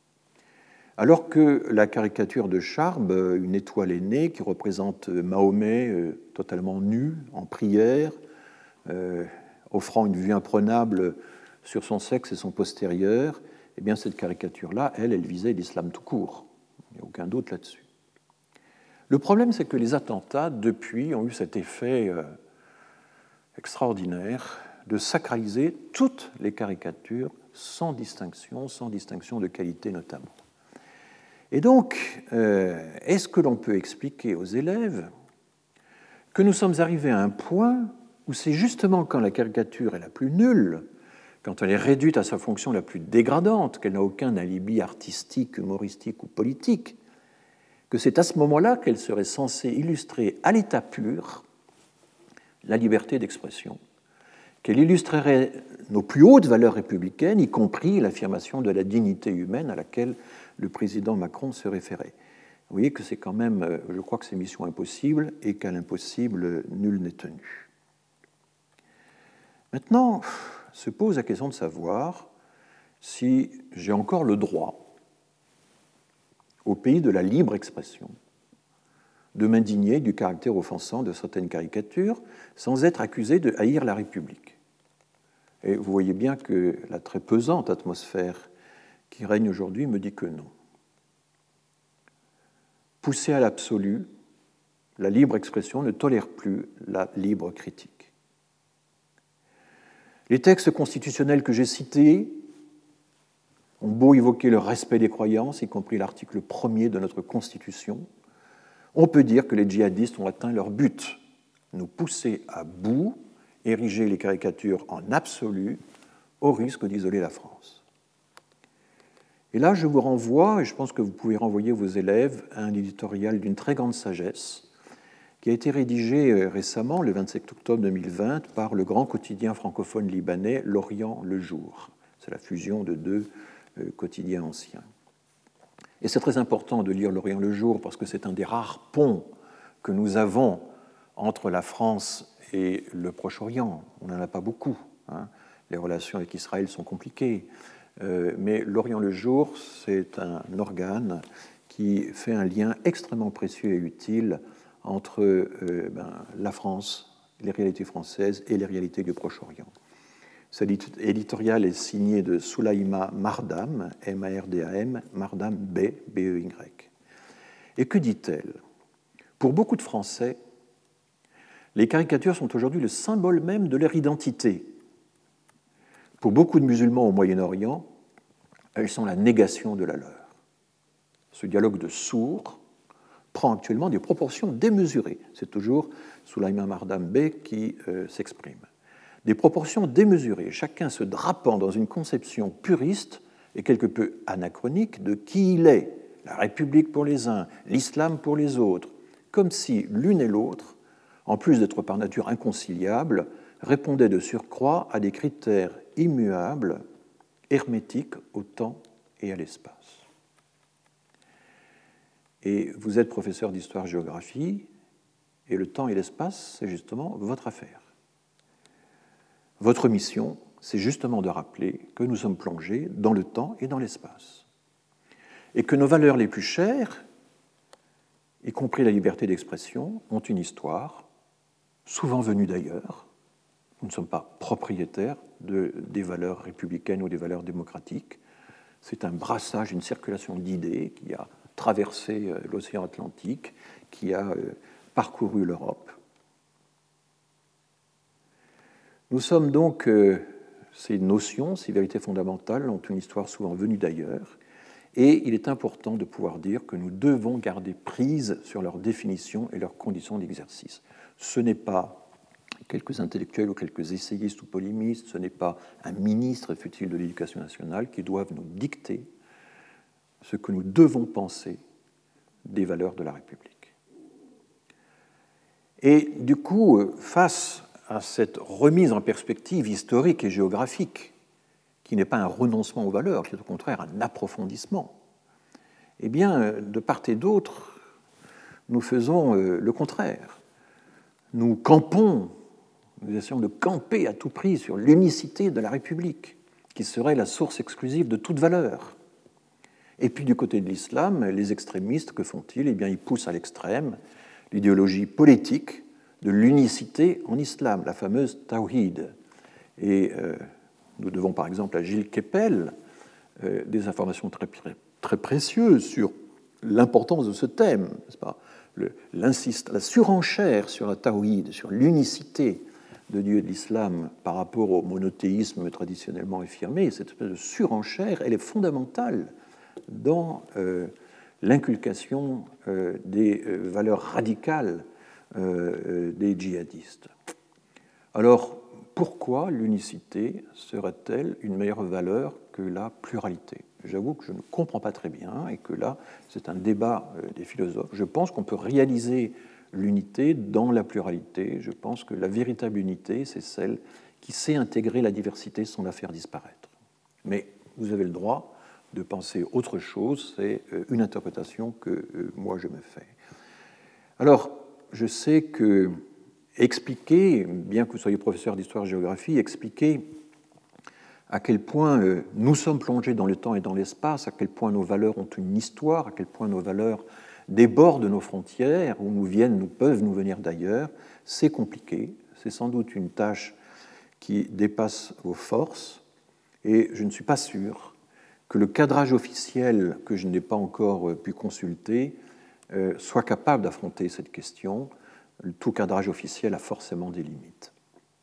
Alors que la caricature de Charb, une étoile aînée qui représente Mahomet euh, totalement nu, en prière, euh, offrant une vue imprenable sur son sexe et son postérieur, eh bien cette caricature-là, elle, elle visait l'islam tout court. Il n'y a aucun doute là-dessus. Le problème, c'est que les attentats, depuis, ont eu cet effet euh, extraordinaire de sacraliser toutes les caricatures sans distinction, sans distinction de qualité notamment. Et donc, euh, est-ce que l'on peut expliquer aux élèves que nous sommes arrivés à un point où c'est justement quand la caricature est la plus nulle, quand elle est réduite à sa fonction la plus dégradante, qu'elle n'a aucun alibi artistique, humoristique ou politique, que c'est à ce moment-là qu'elle serait censée illustrer à l'état pur la liberté d'expression, qu'elle illustrerait nos plus hautes valeurs républicaines, y compris l'affirmation de la dignité humaine à laquelle le président Macron se référait. Vous voyez que c'est quand même, je crois que c'est mission impossible et qu'à l'impossible, nul n'est tenu. Maintenant, se pose la question de savoir si j'ai encore le droit, au pays de la libre expression, de m'indigner du caractère offensant de certaines caricatures sans être accusé de haïr la République. Et vous voyez bien que la très pesante atmosphère qui règne aujourd'hui me dit que non. Poussée à l'absolu, la libre expression ne tolère plus la libre critique. Les textes constitutionnels que j'ai cités ont beau évoquer le respect des croyances, y compris l'article premier de notre Constitution, on peut dire que les djihadistes ont atteint leur but, nous pousser à bout, ériger les caricatures en absolu, au risque d'isoler la France. Et là, je vous renvoie, et je pense que vous pouvez renvoyer vos élèves, à un éditorial d'une très grande sagesse, qui a été rédigé récemment, le vingt-sept octobre deux mille vingt, par le grand quotidien francophone libanais L'Orient le Jour. C'est la fusion de deux quotidiens anciens. Et c'est très important de lire L'Orient le Jour parce que c'est un des rares ponts que nous avons entre la France et le Proche-Orient. On n'en a pas beaucoup. Hein. Les relations avec Israël sont compliquées. Euh, mais L'Orient le Jour, c'est un organe qui fait un lien extrêmement précieux et utile entre euh, ben, la France, les réalités françaises et les réalités du Proche-Orient. Cet éditorial est signé de Soulaïma Mardam, M A R D A M, Mardam B, B E Y. Et que dit-elle ? Pour beaucoup de Français, les caricatures sont aujourd'hui le symbole même de leur identité. Pour beaucoup de musulmans au Moyen-Orient, elles sont la négation de la leur. Ce dialogue de sourds prend actuellement des proportions démesurées. C'est toujours Soulaïma Mardam B qui euh, s'exprime. Des proportions démesurées, chacun se drapant dans une conception puriste et quelque peu anachronique de qui il est, la République pour les uns, l'islam pour les autres, comme si l'une et l'autre, en plus d'être par nature inconciliables, répondaient de surcroît à des critères immuables, hermétiques au temps et à l'espace. Et vous êtes professeur d'histoire-géographie, et le temps et l'espace, c'est justement votre affaire. Votre mission, c'est justement de rappeler que nous sommes plongés dans le temps et dans l'espace. Et que nos valeurs les plus chères, y compris la liberté d'expression, ont une histoire, souvent venue d'ailleurs. Nous ne sommes pas propriétaires de, des valeurs républicaines ou des valeurs démocratiques. C'est un brassage, une circulation d'idées qui a traversé l'océan Atlantique, qui a parcouru l'Europe. Nous sommes donc, euh, ces notions, ces vérités fondamentales ont une histoire souvent venue d'ailleurs, Et il est important de pouvoir dire que nous devons garder prise sur leurs définitions et leurs conditions d'exercice. Ce n'est pas quelques intellectuels ou quelques essayistes ou polémistes, ce n'est pas un ministre, fût-il de l'Éducation nationale, qui doivent nous dicter ce que nous devons penser des valeurs de la République. Et du coup, face à cette remise en perspective historique et géographique, qui n'est pas un renoncement aux valeurs, qui est au contraire un approfondissement, eh bien, de part et d'autre, nous faisons le contraire. Nous campons, nous essayons de camper à tout prix sur l'unicité de la République, qui serait la source exclusive de toute valeur. Et puis du côté de l'islam, les extrémistes, que font-ils? Eh bien, ils poussent à l'extrême l'idéologie politique de l'unicité en islam, la fameuse tawhid. Et euh, nous devons par exemple à Gilles Kepel euh, des informations très, très précieuses sur l'importance de ce thème, n'est-ce pas? Le, la surenchère sur la tawhid, sur l'unicité de Dieu et de l'islam par rapport au monothéisme traditionnellement affirmé, cette espèce de surenchère, elle est fondamentale dans euh, l'inculcation euh, des euh, valeurs radicales euh, des djihadistes. Alors, pourquoi l'unicité serait-elle une meilleure valeur que la pluralité? J'avoue que je ne comprends pas très bien et que là, c'est un débat euh, des philosophes. Je pense qu'on peut réaliser l'unité dans la pluralité. Je pense que la véritable unité, c'est celle qui sait intégrer la diversité sans la faire disparaître. Mais vous avez le droit de penser autre chose, c'est une interprétation que moi je me fais. Alors, je sais que expliquer, bien que vous soyez professeur d'histoire-géographie, expliquer à quel point nous sommes plongés dans le temps et dans l'espace, à quel point nos valeurs ont une histoire, à quel point nos valeurs débordent nos frontières, ou nous viennent, nous peuvent nous venir d'ailleurs, c'est compliqué, c'est sans doute une tâche qui dépasse vos forces, et je ne suis pas sûr que le cadrage officiel que je n'ai pas encore pu consulter euh, soit capable d'affronter cette question. Tout cadrage officiel a forcément des limites.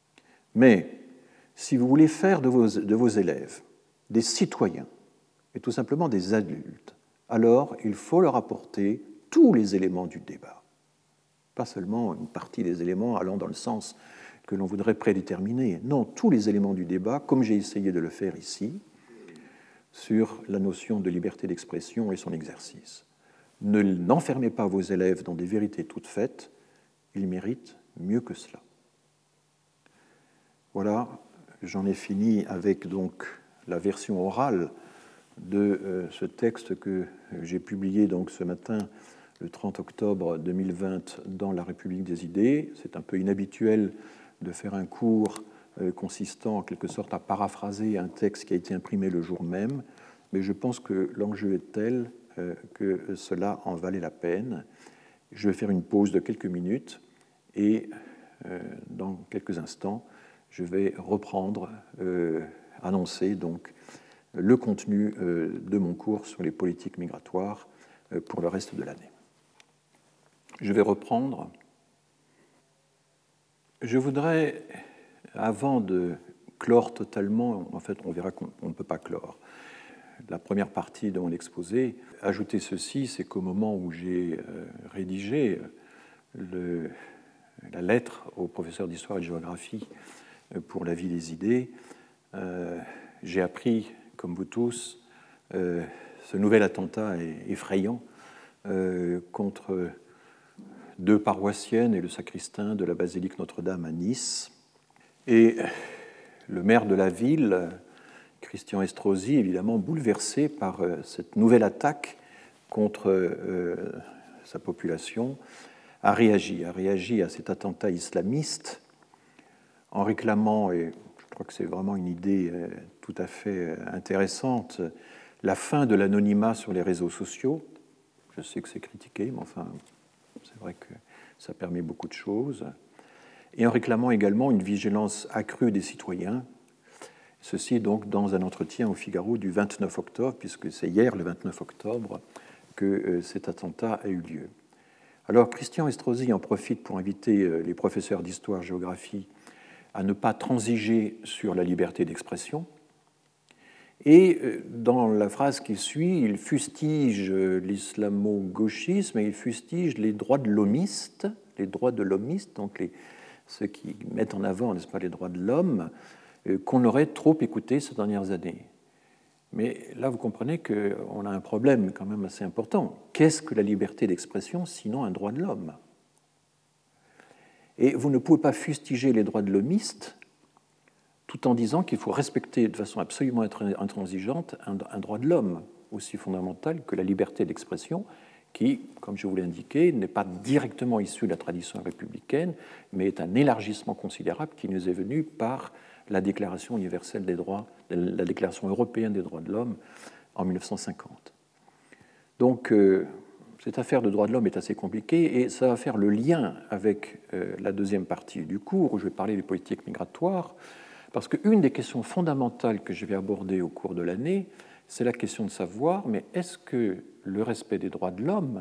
Mais si vous voulez faire de vos, de vos élèves des citoyens, et tout simplement des adultes, alors il faut leur apporter tous les éléments du débat. Pas seulement une partie des éléments allant dans le sens que l'on voudrait prédéterminer. Non, tous les éléments du débat, comme j'ai essayé de le faire ici, sur la notion de liberté d'expression et son exercice. Ne n'enfermez pas vos élèves dans des vérités toutes faites, ils méritent mieux que cela. Voilà, j'en ai fini avec donc la version orale de euh, ce texte que j'ai publié donc ce matin, le trente octobre deux mille vingt, dans La République des idées. C'est un peu inhabituel de faire un cours euh, consistant en quelque sorte à paraphraser un texte qui a été imprimé le jour même, mais je pense que l'enjeu est tel euh, que cela en valait la peine. Je vais faire une pause de quelques minutes et euh, dans quelques instants, je vais reprendre, euh, annoncer donc le contenu euh, de mon cours sur les politiques migratoires euh, pour le reste de l'année. Je vais reprendre. Je voudrais, avant de clore totalement, en fait, on verra qu'on ne peut pas clore la première partie de mon exposé, ajouter ceci, c'est qu'au moment où j'ai euh, rédigé le, la lettre au professeur d'histoire et de géographie pour la vie des idées, euh, j'ai appris, comme vous tous, euh, ce nouvel attentat effrayant euh, contre deux paroissiennes et le sacristain de la basilique Notre-Dame à Nice. Et le maire de la ville, Christian Estrosi, évidemment bouleversé par euh, cette nouvelle attaque contre euh, sa population, a réagi, a réagi à cet attentat islamiste en réclamant, et je crois que c'est vraiment une idée euh, tout à fait intéressante, la fin de l'anonymat sur les réseaux sociaux. Je sais que c'est critiqué, mais enfin, c'est vrai que ça permet beaucoup de choses. Et en réclamant également une vigilance accrue des citoyens. Ceci donc dans un entretien au Figaro du vingt-neuf octobre, puisque c'est hier, le vingt-neuf octobre, que euh, cet attentat a eu lieu. Alors Christian Estrosi en profite pour inviter euh, les professeurs d'histoire-géographie à ne pas transiger sur la liberté d'expression Et dans la phrase qui suit, il fustige l'islamo-gauchisme et il fustige les droits de l'homiste, les droits de l'homiste, donc les, ceux qui mettent en avant, n'est-ce pas, les droits de l'homme, euh, qu'on aurait trop écouté ces dernières années. Mais là, vous comprenez qu'on a un problème quand même assez important. Qu'est-ce que la liberté d'expression sinon un droit de l'homme? Et vous ne pouvez pas fustiger les droits de l'homiste tout en disant qu'il faut respecter de façon absolument intransigeante un droit de l'homme aussi fondamental que la liberté d'expression, qui, comme je vous l'ai indiqué, n'est pas directement issu de la tradition républicaine, mais est un élargissement considérable qui nous est venu par la Déclaration universelle des droits, la Déclaration européenne des droits de l'homme en mille neuf cent cinquante. Donc, euh, cette affaire de droits de l'homme est assez compliquée et ça va faire le lien avec euh, la deuxième partie du cours où je vais parler des politiques migratoires. Parce qu'une des questions fondamentales que je vais aborder au cours de l'année, c'est la question de savoir, mais est-ce que le respect des droits de l'homme,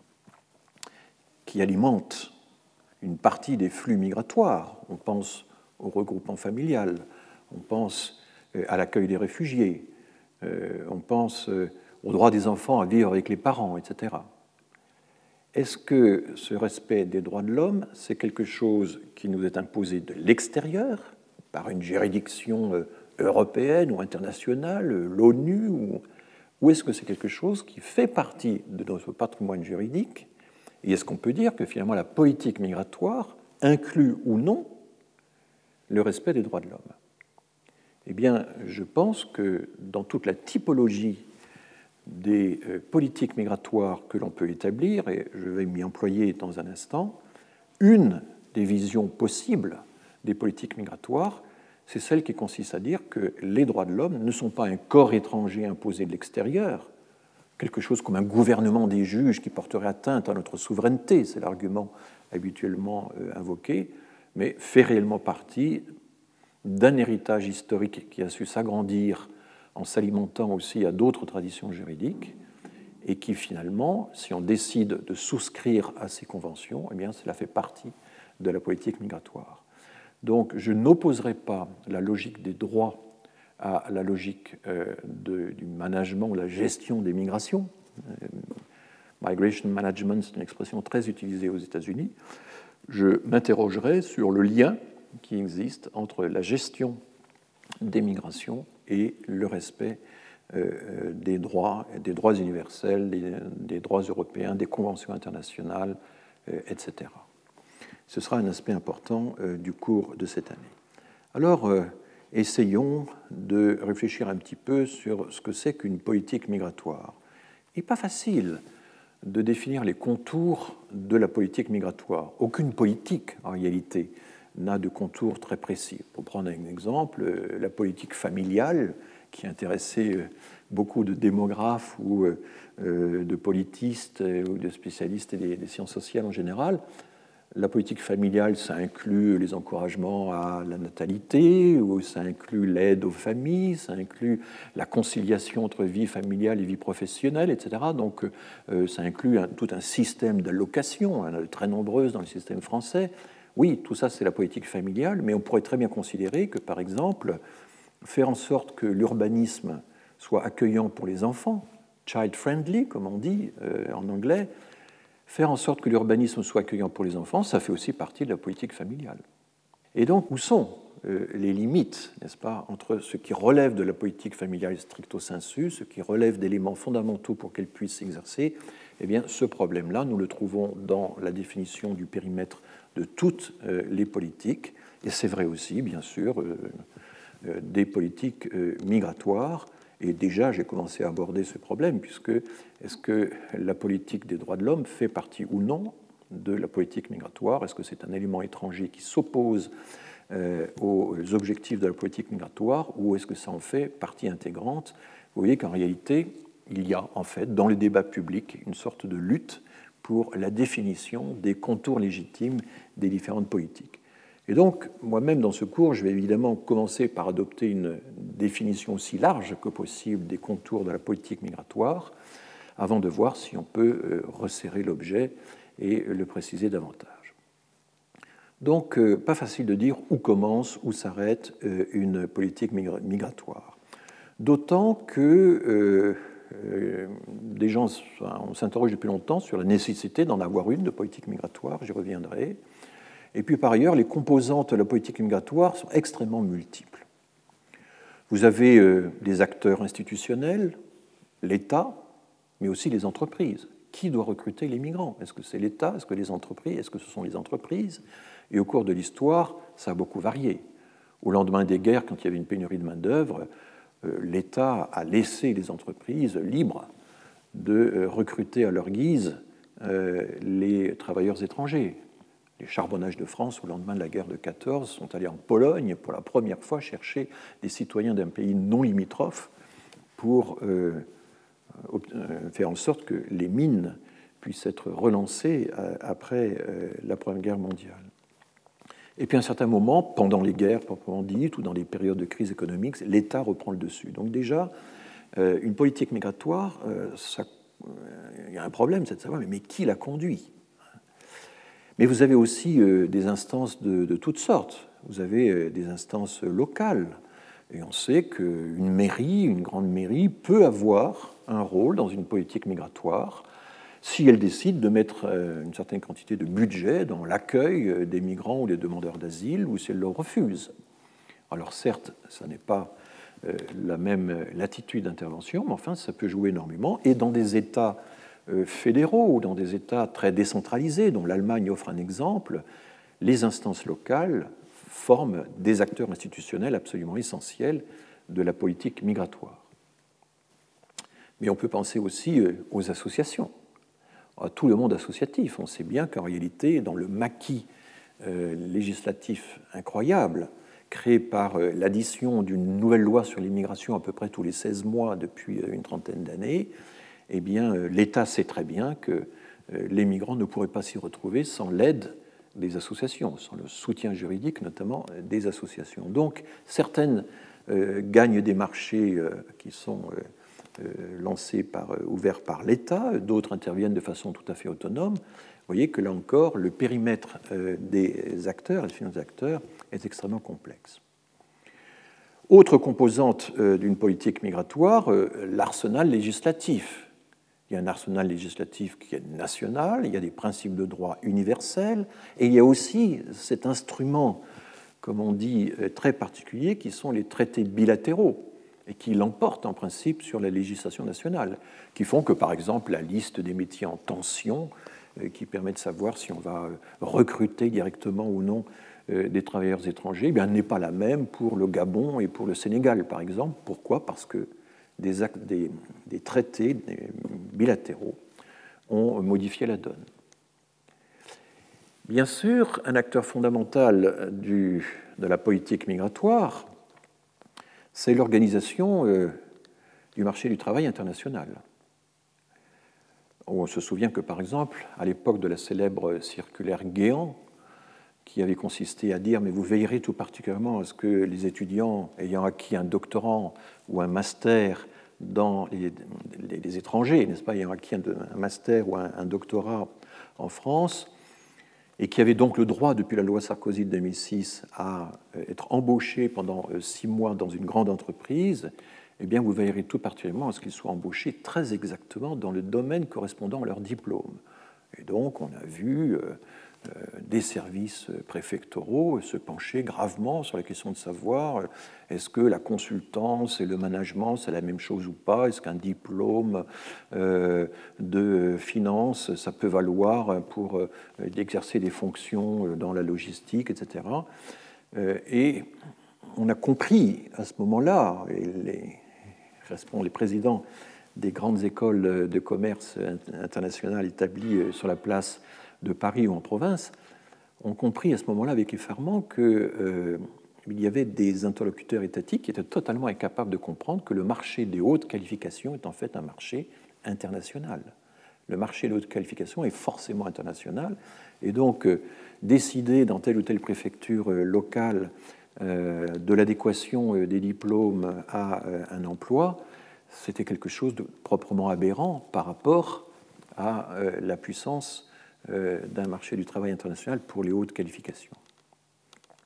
qui alimente une partie des flux migratoires, on pense au regroupement familial, on pense à l'accueil des réfugiés, on pense au droit des enfants à vivre avec les parents, et cetera. Est-ce que ce respect des droits de l'homme, c'est quelque chose qui nous est imposé de l'extérieur, par une juridiction européenne ou internationale, l'ONU, ou, ou est-ce que c'est quelque chose qui fait partie de notre patrimoine juridique? Et est-ce qu'on peut dire que finalement la politique migratoire inclut ou non le respect des droits de l'homme? Eh bien, je pense que dans toute la typologie des politiques migratoires que l'on peut établir, et je vais m'y employer dans un instant, une des visions possibles des politiques migratoires, c'est celle qui consiste à dire que les droits de l'homme ne sont pas un corps étranger imposé de l'extérieur, quelque chose comme un gouvernement des juges qui porterait atteinte à notre souveraineté, c'est l'argument habituellement invoqué, mais fait réellement partie d'un héritage historique qui a su s'agrandir en s'alimentant aussi à d'autres traditions juridiques et qui finalement, si on décide de souscrire à ces conventions, eh bien cela fait partie de la politique migratoire. Donc, je n'opposerai pas la logique des droits à la logique euh, de, du management ou la gestion des migrations. Euh, migration management, c'est une expression très utilisée aux États-Unis. Je m'interrogerai sur le lien qui existe entre la gestion des migrations et le respect euh, des droits, des droits universels, des, des droits européens, des conventions internationales, euh, et cetera. Ce sera un aspect important euh, du cours de cette année. Alors, euh, essayons de réfléchir un petit peu sur ce que c'est qu'une politique migratoire. Il n'est pas facile de définir les contours de la politique migratoire. Aucune politique, en réalité, n'a de contours très précis. Pour prendre un exemple, euh, la politique familiale, qui intéressait euh, beaucoup de démographes ou euh, de politistes ou de spécialistes des, des sciences sociales en général. La politique familiale, ça inclut les encouragements à la natalité, ou ça inclut l'aide aux familles, ça inclut la conciliation entre vie familiale et vie professionnelle, et cetera. Donc, euh, ça inclut un, tout un système d'allocations, hein, très nombreuses dans le système français. Oui, tout ça, c'est la politique familiale, mais on pourrait très bien considérer que, par exemple, faire en sorte que l'urbanisme soit accueillant pour les enfants, child-friendly, comme on dit euh, en anglais, faire en sorte que l'urbanisme soit accueillant pour les enfants, ça fait aussi partie de la politique familiale. Et donc, où sont euh, les limites, n'est-ce pas, entre ce qui relève de la politique familiale stricto sensu, ce qui relève d'éléments fondamentaux pour qu'elle puisse s'exercer? Eh bien, ce problème-là, nous le trouvons dans la définition du périmètre de toutes euh, les politiques, et c'est vrai aussi, bien sûr, euh, euh, des politiques euh, migratoires. Et déjà, j'ai commencé à aborder ce problème, puisque est-ce que la politique des droits de l'homme fait partie ou non de la politique migratoire? Est-ce que c'est un élément étranger qui s'oppose euh, aux objectifs de la politique migratoire, ou est-ce que ça en fait partie intégrante? Vous voyez qu'en réalité, il y a en fait dans le débat public une sorte de lutte pour la définition des contours légitimes des différentes politiques. Et donc, moi-même, dans ce cours, je vais évidemment commencer par adopter une définition aussi large que possible des contours de la politique migratoire, avant de voir si on peut resserrer l'objet et le préciser davantage. Donc, pas facile de dire où commence, où s'arrête une politique migratoire. D'autant que euh, euh, des gens, enfin, on s'interroge depuis longtemps sur la nécessité d'en avoir une de politique migratoire, j'y reviendrai. Et puis par ailleurs, les composantes de la politique migratoire sont extrêmement multiples. Vous avez euh, des acteurs institutionnels, l'État, mais aussi les entreprises. Qui doit recruter les migrants? Est-ce que c'est l'État? Est-ce que les entreprises? Est-ce que ce sont les entreprises? Et au cours de l'histoire, ça a beaucoup varié. Au lendemain des guerres, quand il y avait une pénurie de main-d'œuvre, euh, l'État a laissé les entreprises libres de euh, recruter à leur guise euh, les travailleurs étrangers. Les charbonnages de France, au lendemain de la guerre de quatorze, sont allés en Pologne pour la première fois chercher des citoyens d'un pays non limitrophe pour euh, faire en sorte que les mines puissent être relancées après la Première Guerre mondiale. Et puis à un certain moment, pendant les guerres proprement dites ou dans les périodes de crise économique, l'État reprend le dessus. Donc déjà, une politique migratoire, ça, il y a un problème, c'est de savoir, mais qui la conduit? Mais vous avez aussi des instances de, de toutes sortes. Vous avez des instances locales. Et on sait qu'une mairie, une grande mairie, peut avoir un rôle dans une politique migratoire si elle décide de mettre une certaine quantité de budget dans l'accueil des migrants ou des demandeurs d'asile, ou si elle le refuse. Alors certes, ça n'est pas la même latitude d'intervention, mais enfin, ça peut jouer énormément. Et dans des États fédéraux ou dans des États très décentralisés, dont l'Allemagne offre un exemple, les instances locales forment des acteurs institutionnels absolument essentiels de la politique migratoire. Mais on peut penser aussi aux associations, à tout le monde associatif. On sait bien qu'en réalité, dans le maquis euh, législatif incroyable, créé par euh, l'addition d'une nouvelle loi sur l'immigration à peu près tous les seize mois depuis une trentaine d'années, eh bien, euh, l'État sait très bien que euh, les migrants ne pourraient pas s'y retrouver sans l'aide des associations, sans le soutien juridique notamment des associations. Donc, certaines euh, gagnent des marchés euh, qui sont euh, euh, lancés par, euh, ouverts par l'État, d'autres interviennent de façon tout à fait autonome. Vous voyez que là encore, le périmètre euh, des acteurs, des finances des acteurs, est extrêmement complexe. Autre composante euh, d'une politique migratoire, euh, l'arsenal législatif. Il y a un arsenal législatif qui est national, il y a des principes de droit universels, et il y a aussi cet instrument, comme on dit, très particulier, qui sont les traités bilatéraux, et qui l'emportent en principe sur la législation nationale, qui font que, par exemple, la liste des métiers en tension, qui permet de savoir si on va recruter directement ou non des travailleurs étrangers, eh bien, n'est pas la même pour le Gabon et pour le Sénégal, par exemple. Pourquoi ? Parce que Des, actes, des, des traités des bilatéraux ont modifié la donne. Bien sûr, un acteur fondamental du, de la politique migratoire, c'est l'organisation euh, du marché du travail international. On se souvient que, par exemple, à l'époque de la célèbre circulaire Guéant, qui avait consisté à dire « mais vous veillerez tout particulièrement à ce que les étudiants ayant acquis un doctorat ou un master dans les, les, les étrangers, n'est-ce pas, ayant acquis un, un master ou un, un doctorat en France, et qui avaient donc le droit, depuis la loi Sarkozy de deux mille six, à être embauchés pendant six mois dans une grande entreprise, eh bien, vous veillerez tout particulièrement à ce qu'ils soient embauchés très exactement dans le domaine correspondant à leur diplôme. » Et donc, on a vu... Euh, des services préfectoraux se pencher gravement sur la question de savoir est-ce que la consultance et le management c'est la même chose ou pas, est-ce qu'un diplôme de finance ça peut valoir pour exercer des fonctions dans la logistique, et cetera. Et on a compris à ce moment-là, et les, les présidents des grandes écoles de commerce internationales établies sur la place de Paris ou en province, ont compris à ce moment-là avec effarement qu'il euh, y avait des interlocuteurs étatiques qui étaient totalement incapables de comprendre que le marché des hautes qualifications est en fait un marché international. Le marché des hautes qualifications est forcément international, et donc euh, décider dans telle ou telle préfecture euh, locale euh, de l'adéquation euh, des diplômes à euh, un emploi, c'était quelque chose de proprement aberrant par rapport à euh, la puissance d'un marché du travail international pour les hautes qualifications.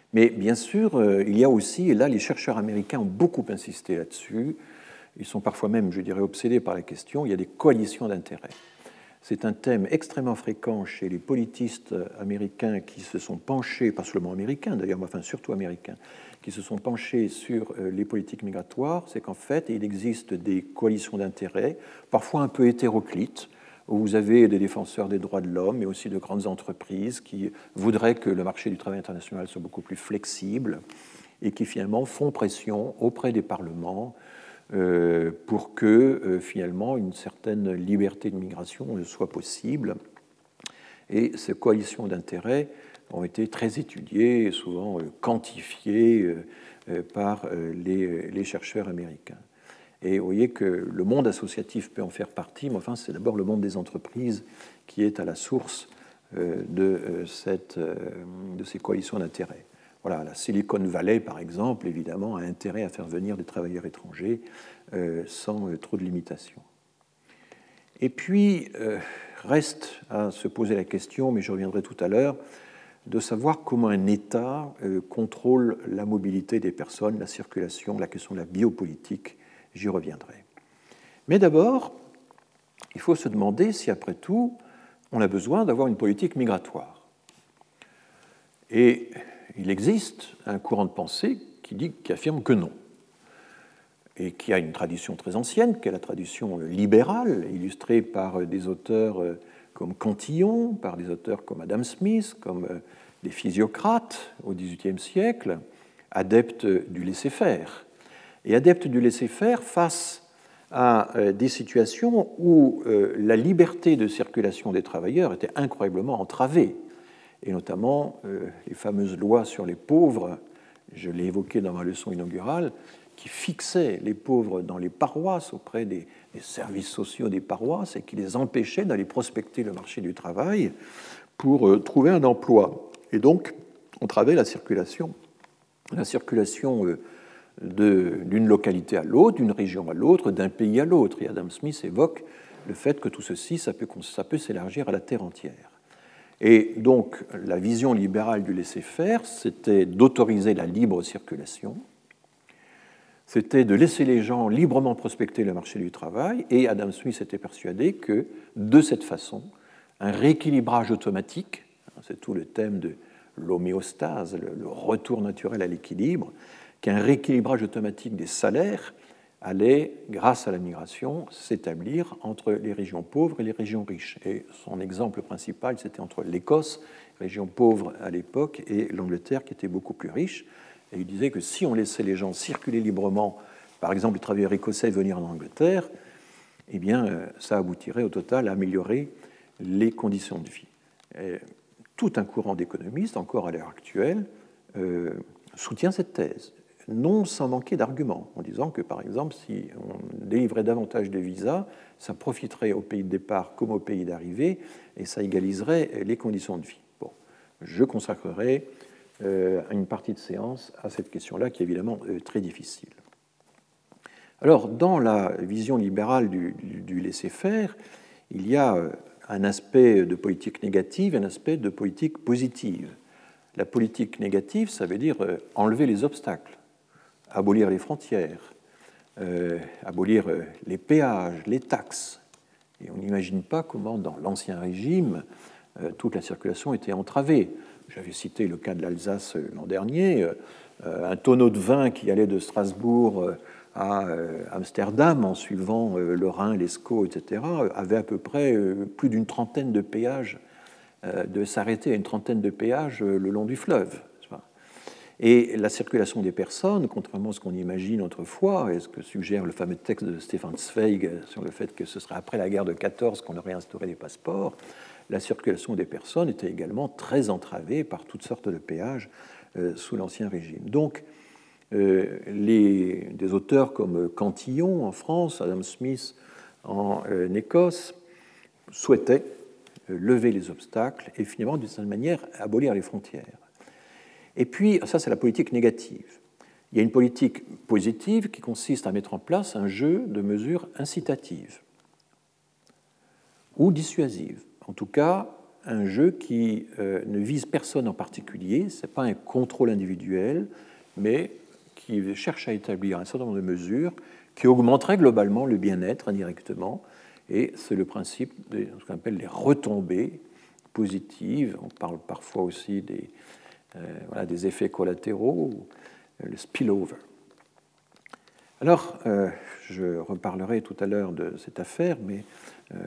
Mais bien sûr, il y a aussi, et là les chercheurs américains ont beaucoup insisté là-dessus, ils sont parfois même, je dirais, obsédés par la question, il y a des coalitions d'intérêts. C'est un thème extrêmement fréquent chez les politistes américains qui se sont penchés, pas seulement américains d'ailleurs, mais enfin surtout américains, qui se sont penchés sur les politiques migratoires, c'est qu'en fait, il existe des coalitions d'intérêts, parfois un peu hétéroclites, où vous avez des défenseurs des droits de l'homme, mais aussi de grandes entreprises qui voudraient que le marché du travail international soit beaucoup plus flexible et qui finalement font pression auprès des parlements euh, pour que euh, finalement une certaine liberté de migration soit possible. Et ces coalitions d'intérêts ont été très étudiées et souvent euh, quantifiées euh, par euh, les, les chercheurs américains. Et vous voyez que le monde associatif peut en faire partie, mais enfin, c'est d'abord le monde des entreprises qui est à la source de, cette, de ces coalitions d'intérêts. Voilà, la Silicon Valley, par exemple, évidemment, a intérêt à faire venir des travailleurs étrangers sans trop de limitations. Et puis, reste à se poser la question, mais je reviendrai tout à l'heure, de savoir comment un État contrôle la mobilité des personnes, la circulation, la question de la biopolitique. J'y reviendrai. Mais d'abord, il faut se demander si, après tout, on a besoin d'avoir une politique migratoire. Et il existe un courant de pensée qui, dit, qui affirme que non, et qui a une tradition très ancienne, qui est la tradition libérale, illustrée par des auteurs comme Cantillon, par des auteurs comme Adam Smith, comme des physiocrates au dix-huitième siècle, adeptes du laisser-faire. Et adeptes du laisser-faire face à des situations où la liberté de circulation des travailleurs était incroyablement entravée, et notamment les fameuses lois sur les pauvres, je l'ai évoqué dans ma leçon inaugurale, qui fixaient les pauvres dans les paroisses auprès des, des services sociaux des paroisses et qui les empêchaient d'aller prospecter le marché du travail pour trouver un emploi. Et donc, entravaient la circulation, la circulation d'une localité à l'autre, d'une région à l'autre, d'un pays à l'autre. Et Adam Smith évoque le fait que tout ceci, ça peut, ça peut s'élargir à la terre entière. Et donc, la vision libérale du laisser-faire, c'était d'autoriser la libre circulation, c'était de laisser les gens librement prospecter le marché du travail, et Adam Smith était persuadé que, de cette façon, un rééquilibrage automatique, c'est tout le thème de l'homéostase, le retour naturel à l'équilibre, qu'un rééquilibrage automatique des salaires allait, grâce à la migration, s'établir entre les régions pauvres et les régions riches. Et son exemple principal, c'était entre l'Écosse, région pauvre à l'époque, et l'Angleterre, qui était beaucoup plus riche. Et il disait que si on laissait les gens circuler librement, par exemple les travailleurs écossais venir en Angleterre, eh bien, ça aboutirait au total à améliorer les conditions de vie. Et tout un courant d'économistes, encore à l'heure actuelle, euh, soutient cette thèse, non sans manquer d'arguments, en disant que, par exemple, si on délivrait davantage de visas, ça profiterait au pays de départ comme au pays d'arrivée, et ça égaliserait les conditions de vie. Bon, je consacrerai euh, une partie de séance à cette question-là, qui est évidemment euh, très difficile. Alors, dans la vision libérale du, du, du laisser-faire, il y a euh, un aspect de politique négative et un aspect de politique positive. La politique négative, ça veut dire euh, enlever les obstacles, abolir les frontières, euh, abolir euh, les péages, les taxes. Et on n'imagine pas comment, dans l'Ancien Régime, euh, toute la circulation était entravée. J'avais cité le cas de l'Alsace euh, l'an dernier. Euh, un tonneau de vin qui allait de Strasbourg euh, à euh, Amsterdam, en suivant euh, le Rhin, l'Escaut, et cetera, avait à peu près euh, plus d'une trentaine de péages, euh, de s'arrêter à une trentaine de péages euh, le long du fleuve. Et la circulation des personnes, contrairement à ce qu'on imagine autrefois, et ce que suggère le fameux texte de Stefan Zweig sur le fait que ce serait après la guerre de quatorze qu'on aurait instauré les passeports, la circulation des personnes était également très entravée par toutes sortes de péages euh, sous l'Ancien Régime. Donc, euh, les, des auteurs comme Cantillon en France, Adam Smith en euh, Écosse, souhaitaient euh, lever les obstacles et finalement, d'une certaine manière, abolir les frontières. Et puis, ça c'est la politique négative. Il y a une politique positive qui consiste à mettre en place un jeu de mesures incitatives ou dissuasives. En tout cas, un jeu qui euh, ne vise personne en particulier, ce n'est pas un contrôle individuel, mais qui cherche à établir un certain nombre de mesures qui augmenteraient globalement le bien-être indirectement. Et c'est le principe de ce qu'on appelle les retombées positives. On parle parfois aussi des, euh, voilà, des effets collatéraux, le spillover. Alors, euh, je reparlerai tout à l'heure de cette affaire, mais euh,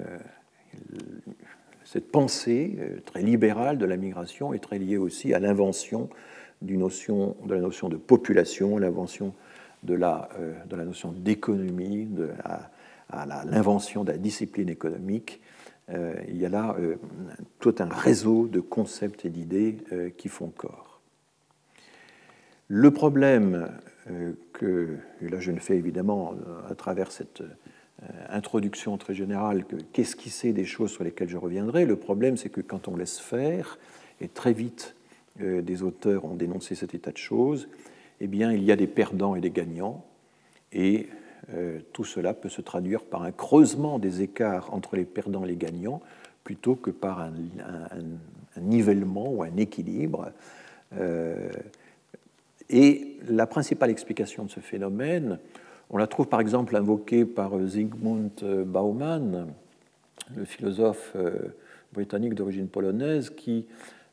cette pensée euh, très libérale de la migration est très liée aussi à l'invention du notion, de la notion de population, l'invention de la, euh, de la notion d'économie, de la, à la, l'invention de la discipline économique. Euh, il y a là euh, tout un réseau de concepts et d'idées euh, qui font corps. Le problème euh, que, et là je le fais évidemment à travers cette euh, introduction très générale, que, qu'esquisser des choses sur lesquelles je reviendrai, le problème c'est que quand on laisse faire, et très vite euh, des auteurs ont dénoncé cet état de choses, eh bien il y a des perdants et des gagnants, et euh, tout cela peut se traduire par un creusement des écarts entre les perdants et les gagnants, plutôt que par un, un, un nivellement ou un équilibre. Euh, Et la principale explication de ce phénomène, on la trouve par exemple invoquée par Zygmunt Bauman, le philosophe britannique d'origine polonaise, qui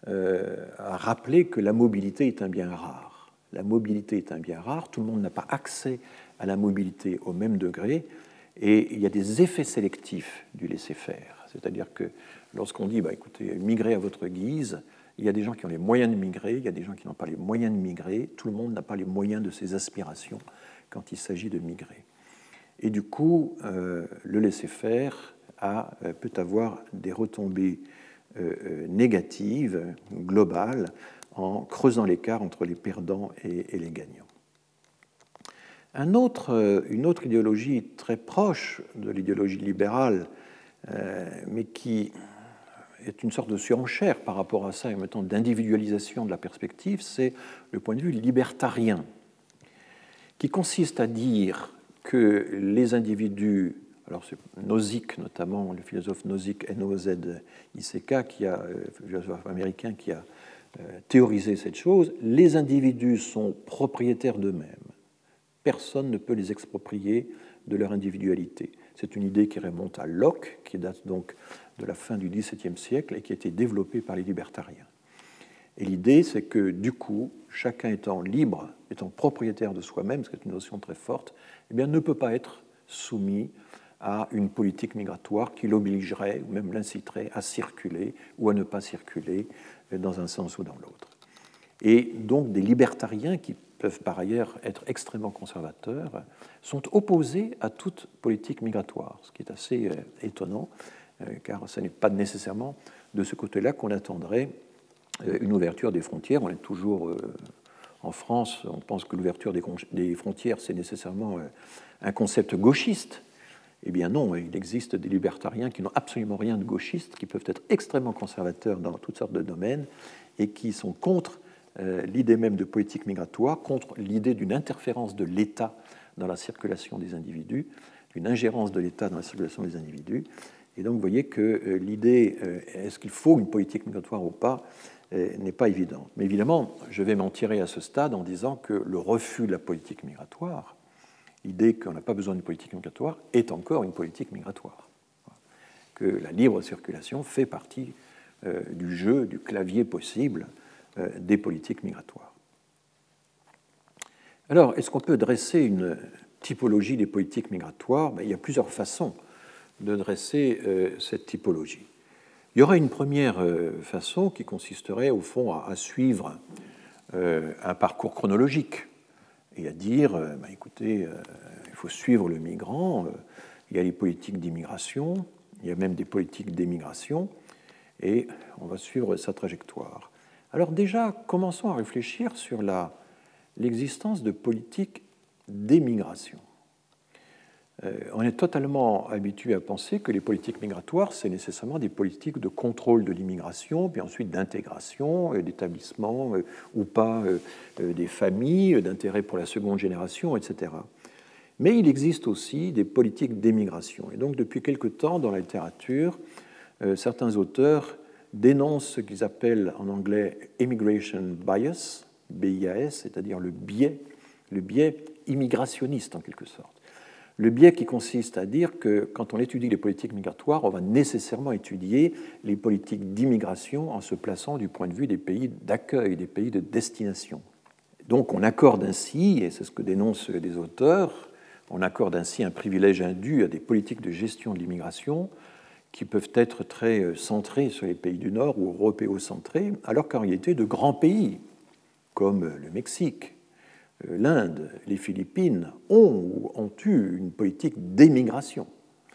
a rappelé que la mobilité est un bien rare. La mobilité est un bien rare, tout le monde n'a pas accès à la mobilité au même degré, et il y a des effets sélectifs du laisser-faire. C'est-à-dire que lorsqu'on dit, bah, écoutez, migrez à votre guise, il y a des gens qui ont les moyens de migrer, il y a des gens qui n'ont pas les moyens de migrer, tout le monde n'a pas les moyens de ses aspirations quand il s'agit de migrer. Et du coup, euh, le laisser-faire a, euh, peut avoir des retombées euh, négatives, globales, en creusant l'écart entre les perdants et, et les gagnants. Un autre, une autre idéologie très proche de l'idéologie libérale, euh, mais qui est une sorte de surenchère par rapport à ça, et maintenant d'individualisation de la perspective, c'est le point de vue libertarien, qui consiste à dire que les individus, alors c'est Nozick notamment, le philosophe Nozick, N O Z I C K, qui a, le philosophe américain qui a euh, théorisé cette chose, les individus sont propriétaires d'eux-mêmes. Personne ne peut les exproprier de leur individualité. C'est une idée qui remonte à Locke, qui date donc de la fin du dix-septième siècle et qui a été développée par les libertariens. Et l'idée, c'est que du coup, chacun étant libre, étant propriétaire de soi-même, ce qui est une notion très forte, eh bien, ne peut pas être soumis à une politique migratoire qui l'obligerait, ou même l'inciterait à circuler ou à ne pas circuler dans un sens ou dans l'autre. Et donc des libertariens qui peuvent par ailleurs être extrêmement conservateurs, sont opposés à toute politique migratoire, ce qui est assez euh, étonnant, euh, car ce n'est pas nécessairement de ce côté-là qu'on attendrait euh, une ouverture des frontières. On est toujours euh, en France, on pense que l'ouverture des, des frontières, c'est nécessairement euh, un concept gauchiste. Eh bien non, il existe des libertariens qui n'ont absolument rien de gauchiste, qui peuvent être extrêmement conservateurs dans toutes sortes de domaines et qui sont contre l'idée même de politique migratoire, contre l'idée d'une interférence de l'État dans la circulation des individus, d'une ingérence de l'État dans la circulation des individus. Et donc vous voyez que l'idée, est-ce qu'il faut une politique migratoire ou pas, n'est pas évidente. Mais évidemment, je vais m'en tirer à ce stade en disant que le refus de la politique migratoire, l'idée qu'on n'a pas besoin d'une politique migratoire, est encore une politique migratoire. Que la libre circulation fait partie du jeu, du clavier possible des politiques migratoires. Alors, est-ce qu'on peut dresser une typologie des politiques migratoires? Ben, il y a plusieurs façons de dresser euh, cette typologie. Il y aura une première euh, façon qui consisterait, au fond, à, à suivre euh, un parcours chronologique et à dire, euh, ben, écoutez, euh, il faut suivre le migrant, euh, il y a les politiques d'immigration, il y a même des politiques d'émigration, et on va suivre sa trajectoire. Alors déjà, commençons à réfléchir sur la, l'existence de politiques d'émigration. Euh, on est totalement habitué à penser que les politiques migratoires, c'est nécessairement des politiques de contrôle de l'immigration, puis ensuite d'intégration, euh, d'établissement euh, ou pas euh, euh, des familles, d'intérêt pour la seconde génération, et cetera. Mais il existe aussi des politiques d'émigration. Et donc depuis quelque temps, dans la littérature, euh, certains auteurs dénoncent ce qu'ils appellent en anglais immigration bias, B I A S, c'est-à-dire le biais, le biais immigrationniste en quelque sorte. Le biais qui consiste à dire que quand on étudie les politiques migratoires, on va nécessairement étudier les politiques d'immigration en se plaçant du point de vue des pays d'accueil, des pays de destination. Donc on accorde ainsi, et c'est ce que dénoncent des auteurs, on accorde ainsi un privilège indu à des politiques de gestion de l'immigration qui peuvent être très centrées sur les pays du Nord ou européocentrées, alors qu'en réalité de grands pays comme le Mexique, l'Inde, les Philippines ont ou ont eu une politique d'émigration,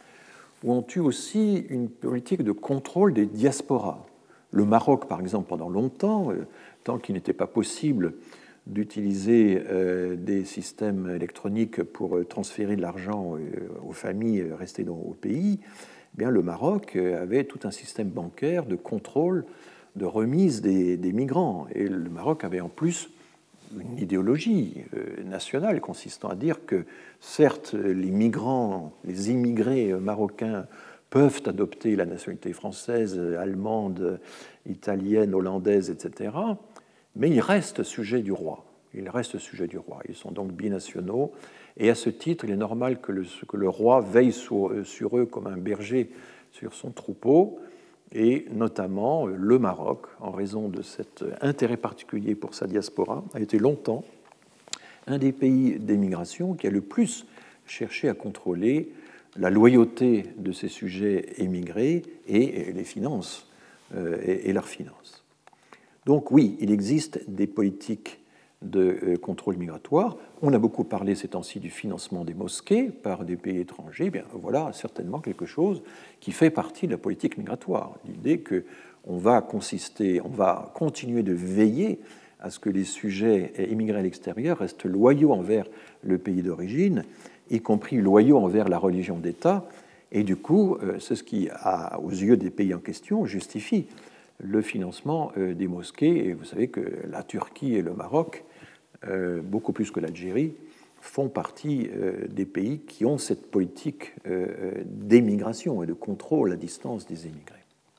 ou ont eu aussi une politique de contrôle des diasporas. Le Maroc, par exemple, pendant longtemps, tant qu'il n'était pas possible d'utiliser des systèmes électroniques pour transférer de l'argent aux familles restées dans, au pays, eh bien, le Maroc avait tout un système bancaire de contrôle, de remise des, des migrants. Et le Maroc avait en plus une idéologie nationale consistant à dire que, certes, les migrants, les immigrés marocains peuvent adopter la nationalité française, allemande, italienne, hollandaise, et cetera, mais ils restent sujets du roi. Ils restent sujets du roi. Ils sont donc binationaux, et à ce titre, il est normal que le, que le roi veille sur, sur eux comme un berger sur son troupeau, et notamment le Maroc, en raison de cet intérêt particulier pour sa diaspora, a été longtemps un des pays d'émigration qui a le plus cherché à contrôler la loyauté de ses sujets émigrés et les finances, euh, et, et leurs finances. Donc oui, il existe des politiques de contrôle migratoire. On a beaucoup parlé ces temps-ci du financement des mosquées par des pays étrangers. Bien, voilà certainement quelque chose qui fait partie de la politique migratoire. L'idée qu'on va consister, on va continuer de veiller à ce que les sujets immigrés à l'extérieur restent loyaux envers le pays d'origine, y compris loyaux envers la religion d'État. Et du coup, c'est ce qui, a, aux yeux des pays en question, justifie le financement des mosquées. Et vous savez que la Turquie et le Maroc, euh, beaucoup plus que l'Algérie, font partie euh, des pays qui ont cette politique euh, d'émigration et de contrôle à distance des émigrés.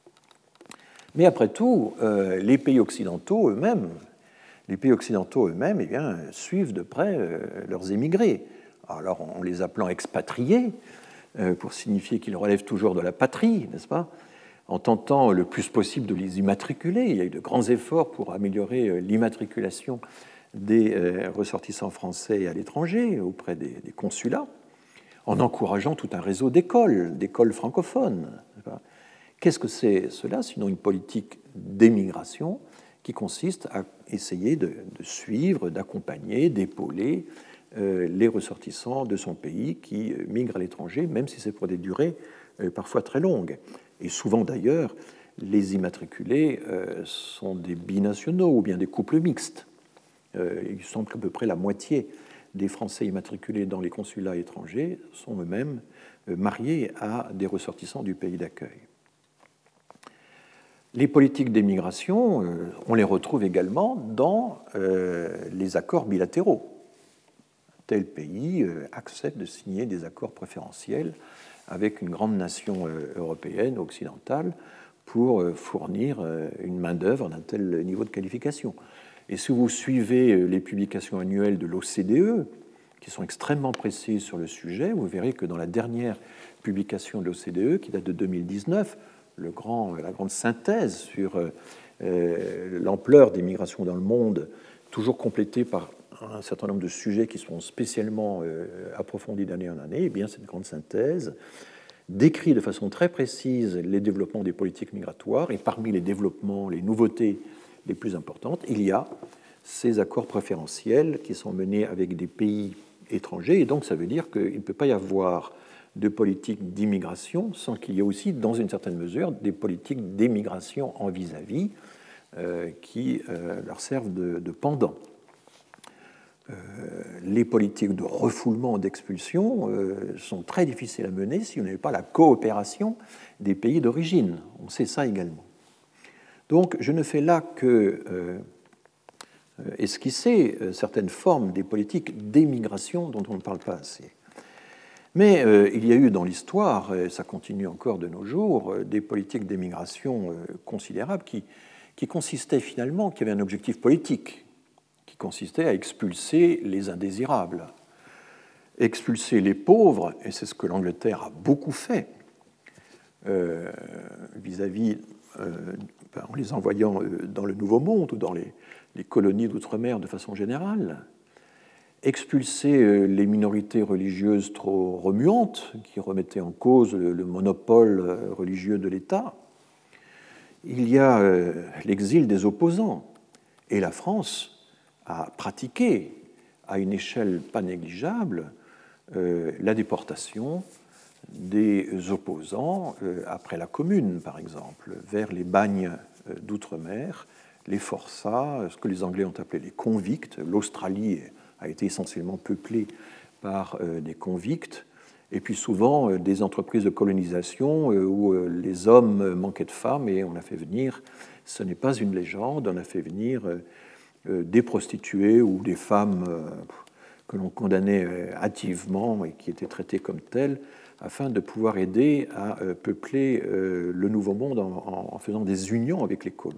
Mais après tout, euh, les pays occidentaux eux-mêmes, les pays occidentaux eux-mêmes, eh bien, suivent de près euh, leurs émigrés. Alors, en les appelant expatriés, euh, pour signifier qu'ils relèvent toujours de la patrie, n'est-ce pas ? En tentant le plus possible de les immatriculer. Il y a eu de grands efforts pour améliorer l'immatriculation des ressortissants français à l'étranger, auprès des, des consulats, en encourageant tout un réseau d'écoles, d'écoles francophones. Qu'est-ce que c'est cela, sinon une politique d'émigration qui consiste à essayer de, de suivre, d'accompagner, d'épauler euh, les ressortissants de son pays qui migrent à l'étranger, même si c'est pour des durées euh, parfois très longues. Et souvent d'ailleurs, les immatriculés euh, sont des binationaux ou bien des couples mixtes. Euh, il semble qu'à peu près la moitié des Français immatriculés dans les consulats étrangers sont eux-mêmes euh, mariés à des ressortissants du pays d'accueil. Les politiques d'émigration, euh, on les retrouve également dans euh, les accords bilatéraux. Tel pays euh, accepte de signer des accords préférentiels avec une grande nation européenne, occidentale, pour fournir une main-d'œuvre d'un tel niveau de qualification. Et si vous suivez les publications annuelles de l'O C D E, qui sont extrêmement précises sur le sujet, vous verrez que dans la dernière publication de l'O C D E, qui date de deux mille dix-neuf, le grand, la grande synthèse sur euh, l'ampleur des migrations dans le monde, toujours complétée par un certain nombre de sujets qui sont spécialement euh, approfondis d'année en année, et bien cette grande synthèse décrit de façon très précise les développements des politiques migratoires, et parmi les développements, les nouveautés les plus importantes, il y a ces accords préférentiels qui sont menés avec des pays étrangers, et donc ça veut dire qu'il ne peut pas y avoir de politique d'immigration sans qu'il y ait aussi, dans une certaine mesure, des politiques d'émigration en vis-à-vis euh, qui euh, leur servent de, de pendant. Euh, les politiques de refoulement, d'expulsion euh, sont très difficiles à mener si on n'avait pas la coopération des pays d'origine. On sait ça également. Donc, je ne fais là que euh, esquisser certaines formes des politiques d'émigration dont on ne parle pas assez. Mais euh, il y a eu dans l'histoire, et ça continue encore de nos jours, euh, des politiques d'émigration euh, considérables qui, qui consistaient finalement, qui avaient un objectif politique, qui consistait à expulser les indésirables, expulser les pauvres, et c'est ce que l'Angleterre a beaucoup fait euh, vis-à-vis, euh, en les envoyant dans le Nouveau Monde ou dans les, les colonies d'outre-mer de façon générale, expulser les minorités religieuses trop remuantes, qui remettaient en cause le, le monopole religieux de l'État. Il y a euh, l'exil des opposants, et la France a pratiqué à une échelle pas négligeable euh, la déportation des opposants euh, après la Commune, par exemple, vers les bagnes euh, d'outre-mer, les forçats, ce que les Anglais ont appelé les convicts. L'Australie a été essentiellement peuplée par euh, des convicts, et puis souvent euh, des entreprises de colonisation euh, où euh, les hommes manquaient de femmes, et on a fait venir, ce n'est pas une légende, on a fait venir euh, euh, des prostituées ou des femmes euh, que l'on condamnait euh, hâtivement et qui étaient traitées comme telles, afin de pouvoir aider à euh, peupler euh, le Nouveau Monde en, en faisant des unions avec les colons.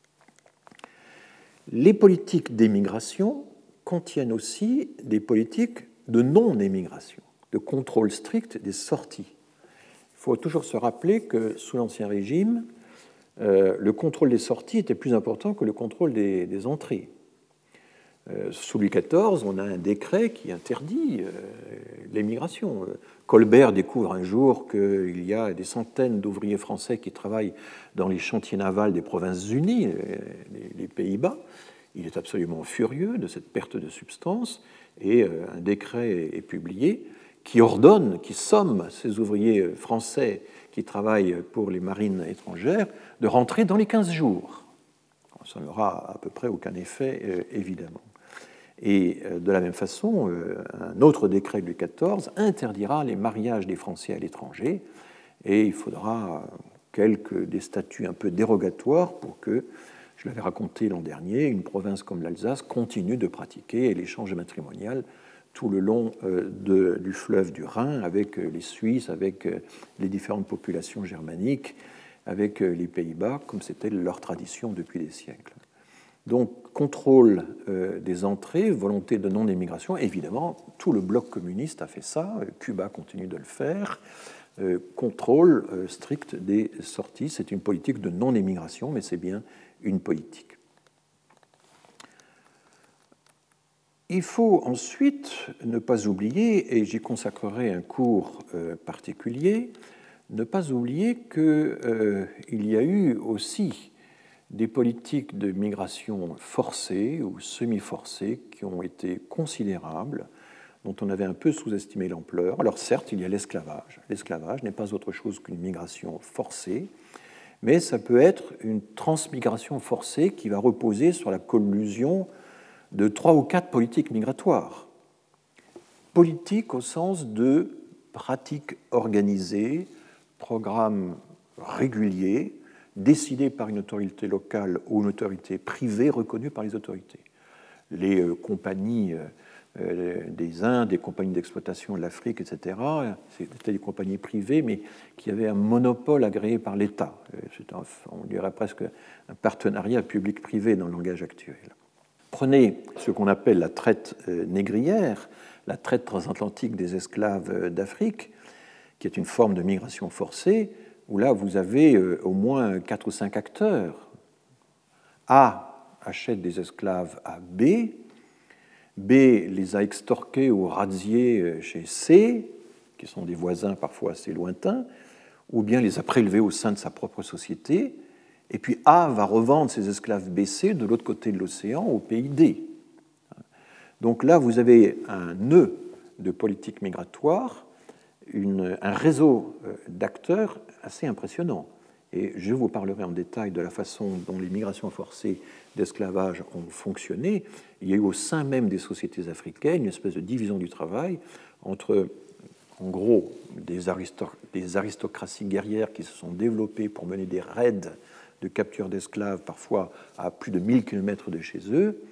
Les politiques d'émigration contiennent aussi des politiques de non-émigration, de contrôle strict des sorties. Il faut toujours se rappeler que sous l'Ancien Régime, euh, le contrôle des sorties était plus important que le contrôle des, des entrées. Euh, sous Louis quatorze, on a un décret qui interdit euh, l'émigration. Colbert découvre un jour qu'il y a des centaines d'ouvriers français qui travaillent dans les chantiers navals des Provinces-Unies, les, les Pays-Bas. Il est absolument furieux de cette perte de substance et euh, un décret est publié qui ordonne, qui somme ces ouvriers français qui travaillent pour les marines étrangères de rentrer dans les quinze jours. Ça n'aura à peu près aucun effet, euh, évidemment. Et euh, de la même façon, euh, un autre décret de Louis quatorze interdira les mariages des Français à l'étranger et il faudra quelques des statuts un peu dérogatoires pour que, je l'avais raconté l'an dernier, une province comme l'Alsace continue de pratiquer l'échange matrimonial tout le long de, du fleuve du Rhin avec les Suisses, avec les différentes populations germaniques, avec les Pays-Bas, comme c'était leur tradition depuis des siècles. Donc, contrôle des entrées, volonté de non-émigration, évidemment, tout le bloc communiste a fait ça, Cuba continue de le faire. Contrôle strict des sorties, c'est une politique de non-émigration, mais c'est bien une politique. Il faut ensuite ne pas oublier, et j'y consacrerai un cours particulier, ne pas oublier qu'il euh, y a eu aussi des politiques de migration forcée ou semi-forcée qui ont été considérables, dont on avait un peu sous-estimé l'ampleur. Alors certes, il y a l'esclavage. L'esclavage n'est pas autre chose qu'une migration forcée, mais ça peut être une transmigration forcée qui va reposer sur la collusion de trois ou quatre politiques migratoires. Politique au sens de pratiques organisées, programmes réguliers, décidés par une autorité locale ou une autorité privée reconnue par les autorités. Les euh, compagnies euh, des Indes, des compagnies d'exploitation de l'Afrique, et cetera, c'était des compagnies privées, mais qui avaient un monopole agréé par l'État. C'est un, on dirait presque un partenariat public-privé dans le langage actuel. Prenez ce qu'on appelle la traite négrière, la traite transatlantique des esclaves d'Afrique, qui est une forme de migration forcée, où là vous avez au moins quatre ou cinq acteurs. A achète des esclaves à B, B les a extorqués ou razziés chez C, qui sont des voisins parfois assez lointains, ou bien les a prélevés au sein de sa propre société, et puis A va revendre ses esclaves B C de l'autre côté de l'océan au pays D. Donc là, vous avez un nœud de politique migratoire, une, un réseau d'acteurs assez impressionnant. Et je vous parlerai en détail de la façon dont les migrations forcées d'esclavage ont fonctionné. Il y a eu au sein même des sociétés africaines une espèce de division du travail entre, en gros, des, aristo- des aristocraties guerrières qui se sont développées pour mener des raids de capture d'esclaves, parfois à plus de mille kilomètres de chez eux,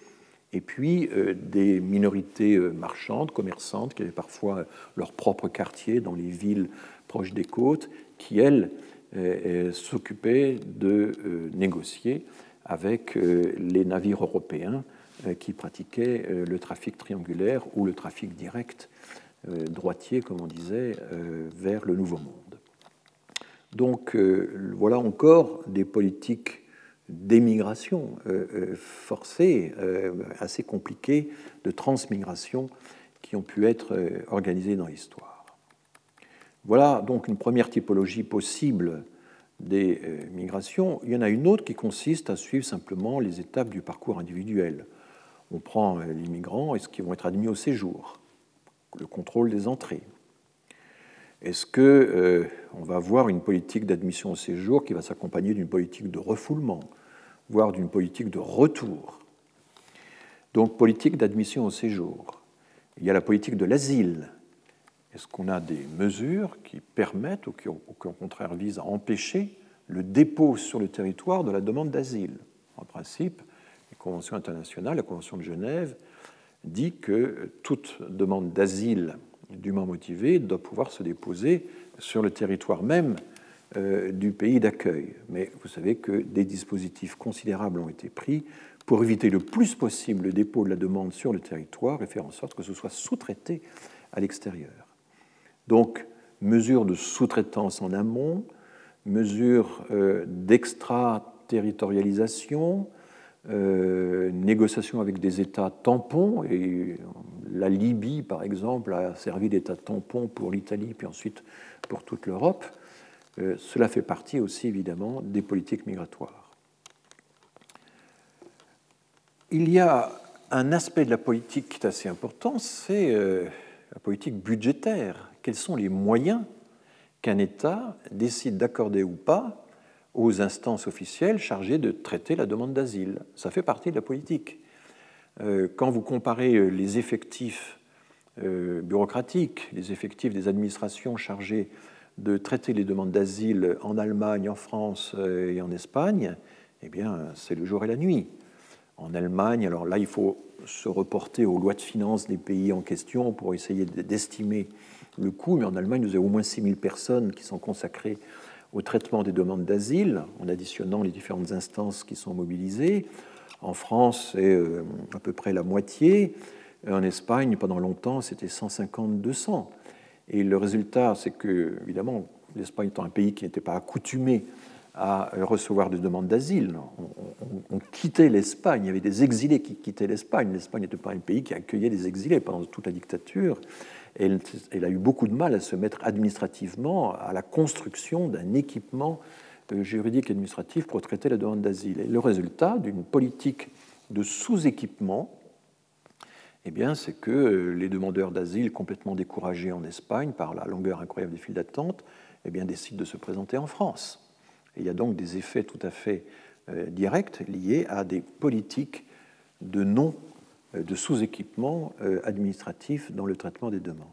et puis euh, des minorités euh, marchandes, commerçantes, qui avaient parfois leur propre quartier dans les villes proches des côtes, qui, elles, euh, euh, s'occupaient de euh, négocier avec euh, les navires européens euh, qui pratiquaient euh, le trafic triangulaire ou le trafic direct, euh, droitier, comme on disait, euh, vers le Nouveau Monde. Donc euh, voilà encore des politiques d'émigration euh, forcée, euh, assez compliquées, de transmigration qui ont pu être euh, organisées dans l'histoire. Voilà donc une première typologie possible des euh, migrations. Il y en a une autre qui consiste à suivre simplement les étapes du parcours individuel. On prend euh, les migrants, est-ce qu'ils vont être admis au séjour? Le contrôle des entrées. Est-ce qu'on euh, va avoir une politique d'admission au séjour qui va s'accompagner d'une politique de refoulement, voire d'une politique de retour? Donc, politique d'admission au séjour. Il y a la politique de l'asile. Est-ce qu'on a des mesures qui permettent ou qui, ou qui, au contraire, visent à empêcher le dépôt sur le territoire de la demande d'asile? En principe, les conventions internationales, la Convention de Genève, dit que toute demande d'asile dûment motivée doit pouvoir se déposer sur le territoire même euh, du pays d'accueil. Mais vous savez que des dispositifs considérables ont été pris pour éviter le plus possible le dépôt de la demande sur le territoire et faire en sorte que ce soit sous-traité à l'extérieur. Donc, mesures de sous-traitance en amont, mesures euh, d'extraterritorialisation, Euh, négociations avec des États tampons, et la Libye, par exemple, a servi d'État tampon pour l'Italie, puis ensuite pour toute l'Europe. Euh, cela fait partie aussi, évidemment, des politiques migratoires. Il y a un aspect de la politique qui est assez important, c'est euh, la politique budgétaire. Quels sont les moyens qu'un État décide d'accorder ou pas aux instances officielles chargées de traiter la demande d'asile? Ça fait partie de la politique. Euh, quand vous comparez les effectifs euh, bureaucratiques, les effectifs des administrations chargées de traiter les demandes d'asile en Allemagne, en France euh, et en Espagne, eh bien, c'est le jour et la nuit. En Allemagne, alors là, il faut se reporter aux lois de finances des pays en question pour essayer d'estimer le coût, mais en Allemagne, vous avez au moins six mille personnes qui sont consacrées au traitement des demandes d'asile, en additionnant les différentes instances qui sont mobilisées. En France, c'est à peu près la moitié. En Espagne, pendant longtemps, c'était cent cinquante à deux cents. Et le résultat, c'est que, évidemment, l'Espagne étant un pays qui n'était pas accoutumé à recevoir des demandes d'asile, on, on, on quittait l'Espagne, il y avait des exilés qui quittaient l'Espagne. L'Espagne n'était pas un pays qui accueillait des exilés pendant toute la dictature. Elle, elle a eu beaucoup de mal à se mettre administrativement à la construction d'un équipement juridique et administratif pour traiter la demande d'asile. Et le résultat d'une politique de sous-équipement, eh bien, c'est que les demandeurs d'asile complètement découragés en Espagne par la longueur incroyable des files d'attente, eh bien, décident de se présenter en France. Et il y a donc des effets tout à fait euh, directs liés à des politiques de non de sous-équipement administratif dans le traitement des demandes.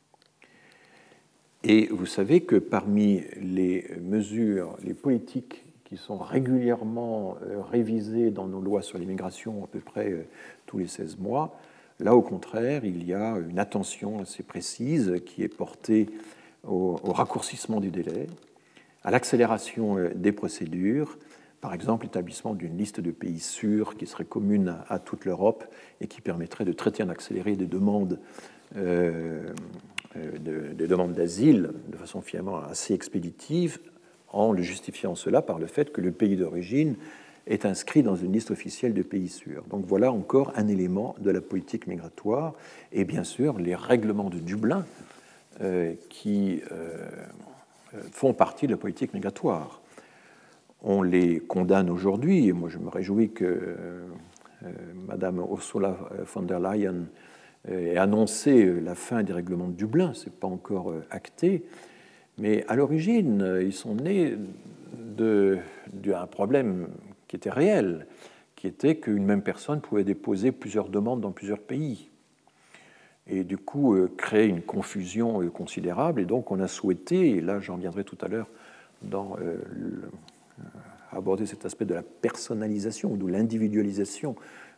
Et vous savez que parmi les mesures, les politiques qui sont régulièrement révisées dans nos lois sur l'immigration à peu près tous les seize mois, là au contraire, il y a une attention assez précise qui est portée au, au raccourcissement du délai, à l'accélération des procédures, par exemple l'établissement d'une liste de pays sûrs qui serait commune à toute l'Europe et qui permettrait de traiter en accéléré des demandes, euh, de, des demandes d'asile de façon finalement assez expéditive, en le justifiant cela par le fait que le pays d'origine est inscrit dans une liste officielle de pays sûrs. Donc voilà encore un élément de la politique migratoire, et bien sûr les règlements de Dublin euh, qui euh, font partie de la politique migratoire. On les condamne aujourd'hui, et moi je me réjouis que euh, Madame Ursula von der Leyen ait annoncé la fin des règlements de Dublin, ce n'est pas encore acté, mais à l'origine, ils sont nés d'un problème qui était réel, qui était qu'une même personne pouvait déposer plusieurs demandes dans plusieurs pays, et du coup euh, créer une confusion euh, considérable, et donc on a souhaité, et là j'en viendrai tout à l'heure dans euh, le aborder cet aspect de la personnalisation ou de l'individualisation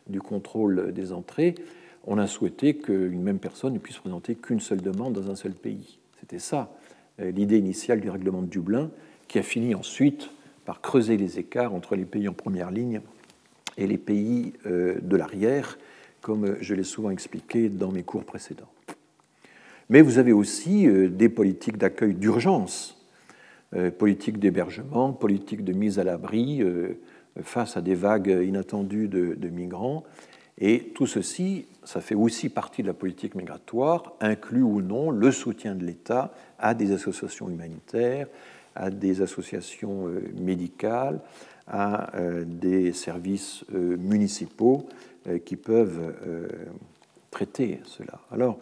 du contrôle des entrées, on a souhaité qu'une même personne ne puisse présenter qu'une seule demande dans un seul pays. C'était ça, l'idée initiale du règlement de Dublin, qui a fini ensuite par creuser les écarts entre les pays en première ligne et les pays de l'arrière, comme je l'ai souvent expliqué dans mes cours précédents. Mais vous avez aussi des politiques d'accueil d'urgence, politiques d'hébergement, politiques de mise à l'abri face à des vagues inattendues de, de migrants. Et tout ceci, ça fait aussi partie de la politique migratoire, inclut ou non le soutien de l'État à des associations humanitaires, à des associations médicales, à des services municipaux qui peuvent traiter cela. Alors,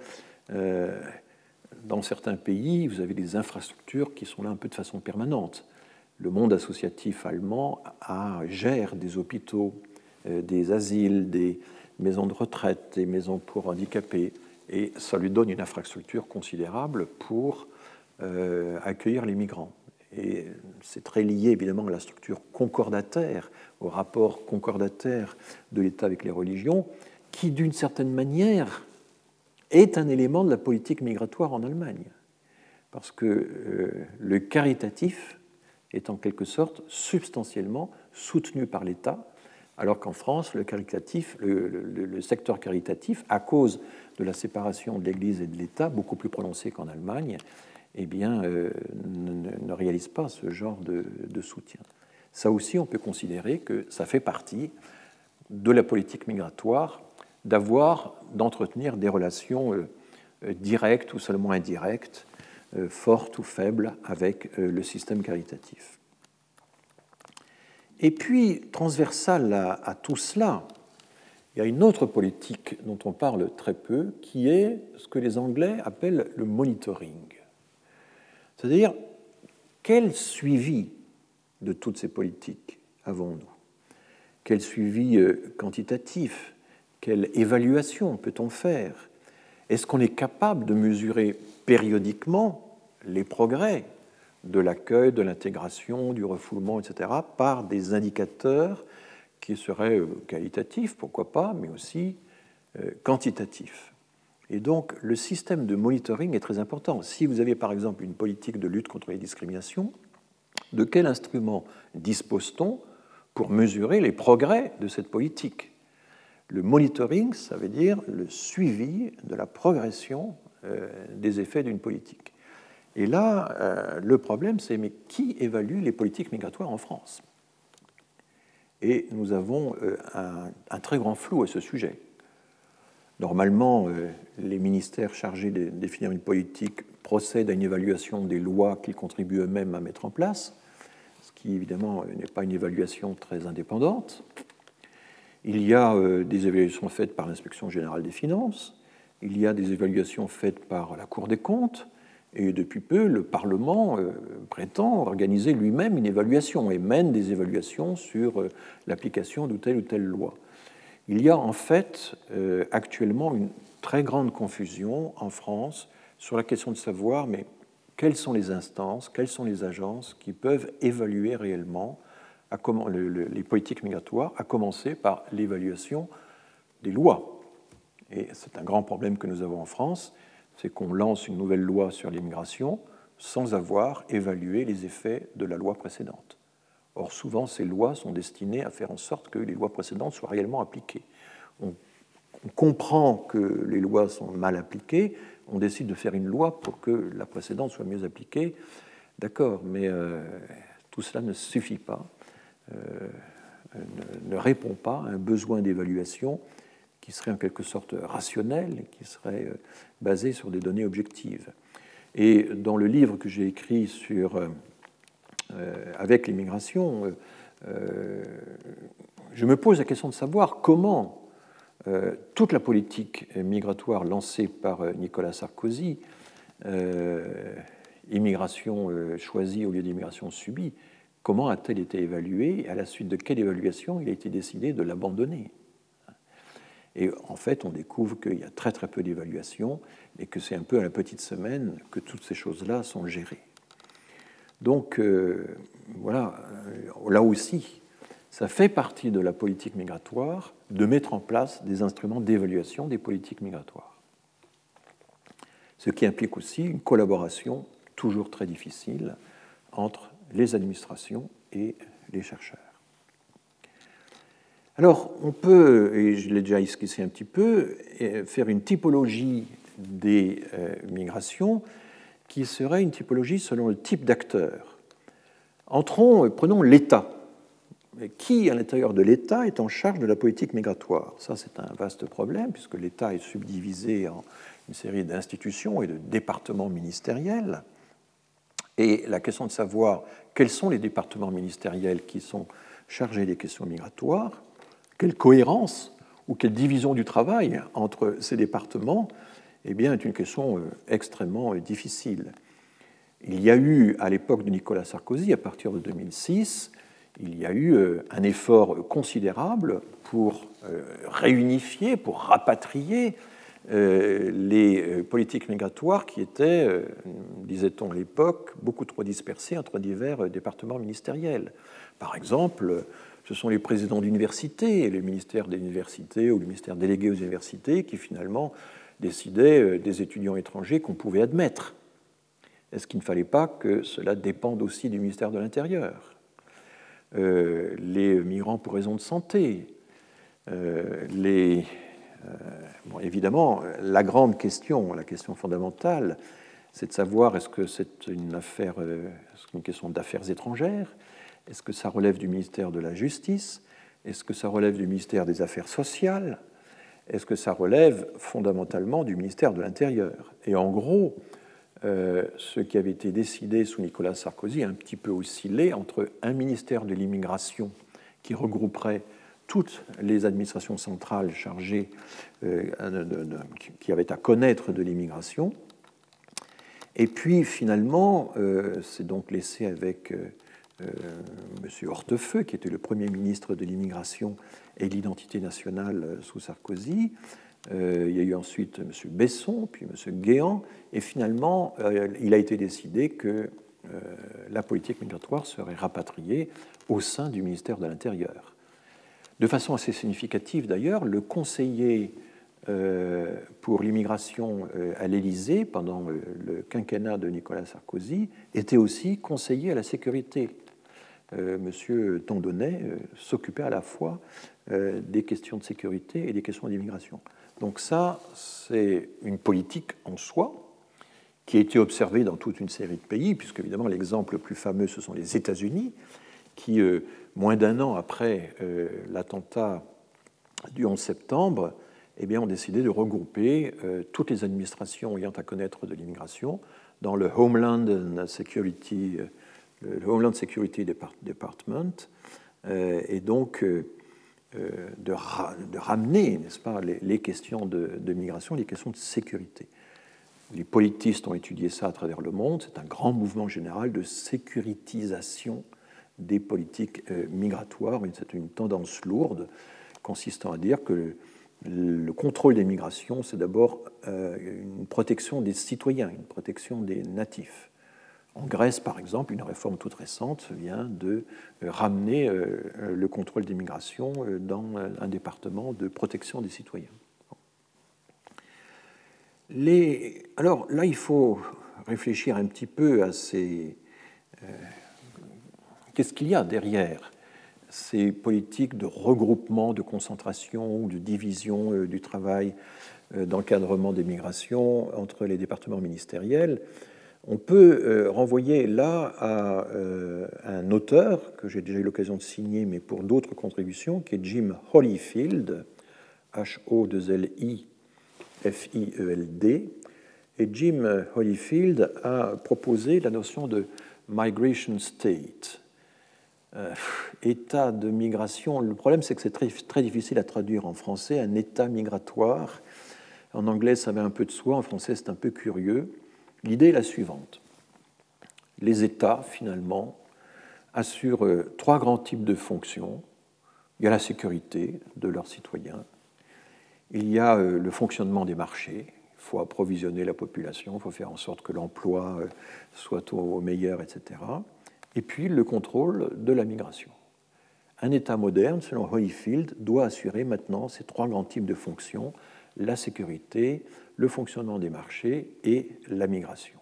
dans certains pays, vous avez des infrastructures qui sont là un peu de façon permanente. Le monde associatif allemand a, gère des hôpitaux, des asiles, des maisons de retraite, des maisons pour handicapés, et ça lui donne une infrastructure considérable pour euh, accueillir les migrants. Et c'est très lié évidemment à la structure concordataire, au rapport concordataire de l'État avec les religions, qui d'une certaine manière est un élément de la politique migratoire en Allemagne. Parce que euh, le caritatif est en quelque sorte substantiellement soutenu par l'État, alors qu'en France, le, caritatif, le, le, le secteur caritatif, à cause de la séparation de l'Église et de l'État, beaucoup plus prononcée qu'en Allemagne, eh bien, euh, ne, ne réalise pas ce genre de, de soutien. Ça aussi, on peut considérer que ça fait partie de la politique migratoire d'avoir, d'entretenir des relations euh, directes ou seulement indirectes, euh, fortes ou faibles, avec euh, le système caritatif. Et puis, transversale à, à tout cela, il y a une autre politique dont on parle très peu, qui est ce que les Anglais appellent le monitoring. C'est-à-dire, quel suivi de toutes ces politiques avons-nous? Quel suivi euh, quantitatif? Quelle évaluation peut-on faire? Est-ce qu'on est capable de mesurer périodiquement les progrès de l'accueil, de l'intégration, du refoulement, et cetera, par des indicateurs qui seraient qualitatifs, pourquoi pas, mais aussi quantitatifs? Et donc, le système de monitoring est très important. Si vous avez, par exemple, une politique de lutte contre les discriminations, de quel instrument dispose-t-on pour mesurer les progrès de cette politique? Le monitoring, ça veut dire le suivi de la progression euh, des effets d'une politique. Et là, euh, le problème, c'est mais qui évalue les politiques migratoires en France? Et nous avons euh, un, un très grand flou à ce sujet. Normalement, euh, les ministères chargés de définir une politique procèdent à une évaluation des lois qu'ils contribuent eux-mêmes à mettre en place, ce qui évidemment n'est pas une évaluation très indépendante. Il y a euh, des évaluations faites par l'Inspection générale des finances, il y a des évaluations faites par la Cour des comptes, et depuis peu, le Parlement euh, prétend organiser lui-même une évaluation et mène des évaluations sur euh, l'application de telle ou telle loi. Il y a en fait euh, actuellement une très grande confusion en France sur la question de savoir mais quelles sont les instances, quelles sont les agences qui peuvent évaluer réellement à comment, le, le, les politiques migratoires, à commencer par l'évaluation des lois. Et c'est un grand problème que nous avons en France, c'est qu'on lance une nouvelle loi sur l'immigration sans avoir évalué les effets de la loi précédente. Or, souvent, ces lois sont destinées à faire en sorte que les lois précédentes soient réellement appliquées. On, on comprend que les lois sont mal appliquées, on décide de faire une loi pour que la précédente soit mieux appliquée. D'accord, mais euh, tout cela ne suffit pas, euh, ne, ne répond pas à un besoin d'évaluation qui serait en quelque sorte rationnel, qui serait euh, basé sur des données objectives. Et dans le livre que j'ai écrit sur... Euh, Euh, avec l'immigration, euh, euh, je me pose la question de savoir comment euh, toute la politique migratoire lancée par euh, Nicolas Sarkozy, euh, immigration euh, choisie au lieu d'immigration subie, comment a-t-elle été évaluée et à la suite de quelle évaluation il a été décidé de l'abandonner? Et en fait, on découvre qu'il y a très très peu d'évaluation et que c'est un peu à la petite semaine que toutes ces choses-là sont gérées. Donc, euh, voilà, là aussi, Ça fait partie de la politique migratoire de mettre en place des instruments d'évaluation des politiques migratoires. Ce qui implique aussi une collaboration toujours très difficile entre les administrations et les chercheurs. Alors, on peut, et je l'ai déjà esquissé un petit peu, faire une typologie des euh, migrations qui serait une typologie selon le type d'acteur. Entrons, prenons l'État. Qui, à l'intérieur de l'État, est en charge de la politique migratoire? Ça, c'est un vaste problème, puisque l'État est subdivisé en une série d'institutions et de départements ministériels. Et la question de savoir quels sont les départements ministériels qui sont chargés des questions migratoires, quelle cohérence ou quelle division du travail entre ces départements, eh bien, est une question extrêmement difficile. Il y a eu, à l'époque de Nicolas Sarkozy, à partir de deux mille six, il y a eu un effort considérable pour réunifier, pour rapatrier les politiques migratoires qui étaient, disait-on à l'époque, beaucoup trop dispersées entre divers départements ministériels. Par exemple, ce sont les présidents d'universités, le ministère des universités ou le ministère délégué aux universités qui finalement décidaient des étudiants étrangers qu'on pouvait admettre. Est-ce qu'il ne fallait pas que cela dépende aussi du ministère de l'Intérieur ? Euh, les migrants pour raison de santé, euh, les, euh, bon, évidemment, la grande question, la question fondamentale, c'est de savoir est-ce que c'est une affaire, euh, une question d'affaires étrangères, est-ce que ça relève du ministère de la Justice, est-ce que ça relève du ministère des Affaires sociales, est-ce que ça relève fondamentalement du ministère de l'Intérieur? Et en gros, Euh, ce qui avait été décidé sous Nicolas Sarkozy a un petit peu oscillé entre un ministère de l'immigration qui regrouperait toutes les administrations centrales chargées, euh, de, de, de, qui avaient à connaître de l'immigration, et puis finalement, euh, c'est donc laissé avec euh, euh, M. Hortefeux, qui était le Premier ministre de l'immigration et de l'identité nationale sous Sarkozy. Euh, il y a eu ensuite M. Besson, puis M. Guéant, et finalement, euh, il a été décidé que euh, la politique migratoire serait rapatriée au sein du ministère de l'Intérieur. De façon assez significative d'ailleurs, le conseiller euh, pour l'immigration euh, à l'Élysée, pendant euh, le quinquennat de Nicolas Sarkozy, était aussi conseiller à la sécurité. Euh, M. Tondonnet euh, s'occupait à la fois euh, des questions de sécurité et des questions d'immigration. Donc ça, c'est une politique en soi qui a été observée dans toute une série de pays, puisque évidemment l'exemple le plus fameux, ce sont les États-Unis, qui, euh, moins d'un an après euh, l'attentat du onze septembre, eh bien, ont décidé de regrouper euh, toutes les administrations ayant à connaître de l'immigration dans le Homeland Security, euh, le Homeland Security Department, euh, et donc euh, De, ra de ramener, n'est-ce pas, les, les questions de, de migration, les questions de sécurité. Les politistes ont étudié ça à travers le monde. C'est un grand mouvement général de sécurisation des politiques euh, migratoires. C'est une tendance lourde consistant à dire que le, le contrôle des migrations, c'est d'abord euh, une protection des citoyens, une protection des natifs. En Grèce, par exemple, une réforme toute récente vient de ramener le contrôle des migrations dans un département de protection des citoyens. Les... Alors là, il faut réfléchir un petit peu à ces... Euh... Qu'est-ce qu'il y a derrière ces politiques de regroupement, de concentration, de division euh, du travail, euh, d'encadrement des migrations entre les départements ministériels? On peut euh, renvoyer là à euh, un auteur que j'ai déjà eu l'occasion de signer, mais pour d'autres contributions, qui est Jim Holyfield, H O deux L I F I E L D. Et Jim Holyfield a proposé la notion de migration state, euh, état de migration. Le problème, c'est que c'est très, très difficile à traduire en français, un état migratoire. En anglais, ça va un peu de soi, en français, c'est un peu curieux. L'idée est la suivante. Les États, finalement, assurent euh, trois grands types de fonctions. Il y a la sécurité de leurs citoyens. Il y a euh, le fonctionnement des marchés. Il faut approvisionner la population, il faut faire en sorte que l'emploi euh, soit au, au meilleur, et cetera. Et puis le contrôle de la migration. un État moderne, selon Holyfield, doit assurer maintenant ces trois grands types de fonctions, la sécurité, le fonctionnement des marchés et la migration.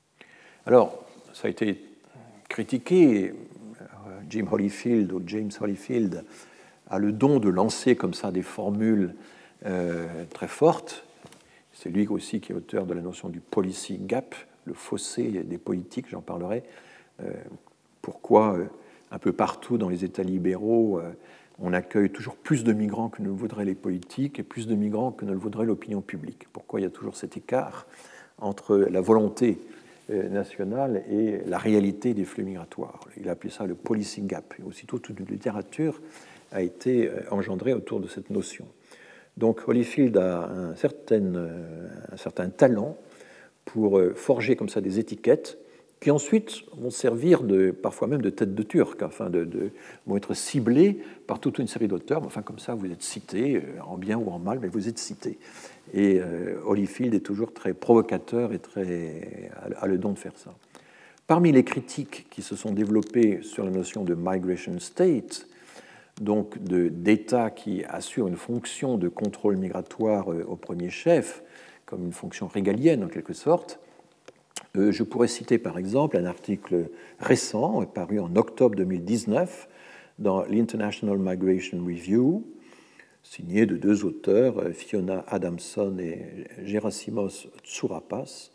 Alors, ça a été critiqué. Jim Holyfield ou James Holyfield a le don de lancer comme ça des formules euh, très fortes. C'est lui aussi qui est auteur de la notion du policy gap, le fossé des politiques, j'en parlerai. Euh, pourquoi euh, un peu partout dans les États libéraux, euh, on accueille toujours plus de migrants que ne le voudraient les politiques et plus de migrants que ne le voudrait l'opinion publique. Pourquoi il y a toujours cet écart entre la volonté nationale et la réalité des flux migratoires. Il a appelé ça le policy gap. Et aussitôt, toute une littérature a été engendrée autour de cette notion. Donc Holyfield a un certain, un certain talent pour forger comme ça des étiquettes qui ensuite vont servir de, parfois même de tête de turc, enfin de, de, vont être ciblées par toute une série d'auteurs. Enfin, comme ça, vous êtes cités, en bien ou en mal, mais vous êtes cités. Et euh, Holyfield est toujours très provocateur et très, a le don de faire ça. Parmi les critiques qui se sont développées sur la notion de migration state, donc d'État qui assure une fonction de contrôle migratoire au premier chef, comme une fonction régalienne en quelque sorte, euh, je pourrais citer par exemple un article récent, paru en octobre deux mille dix-neuf, dans l'International Migration Review, signé de deux auteurs, Fiona Adamson et Gerasimos Tsourapas,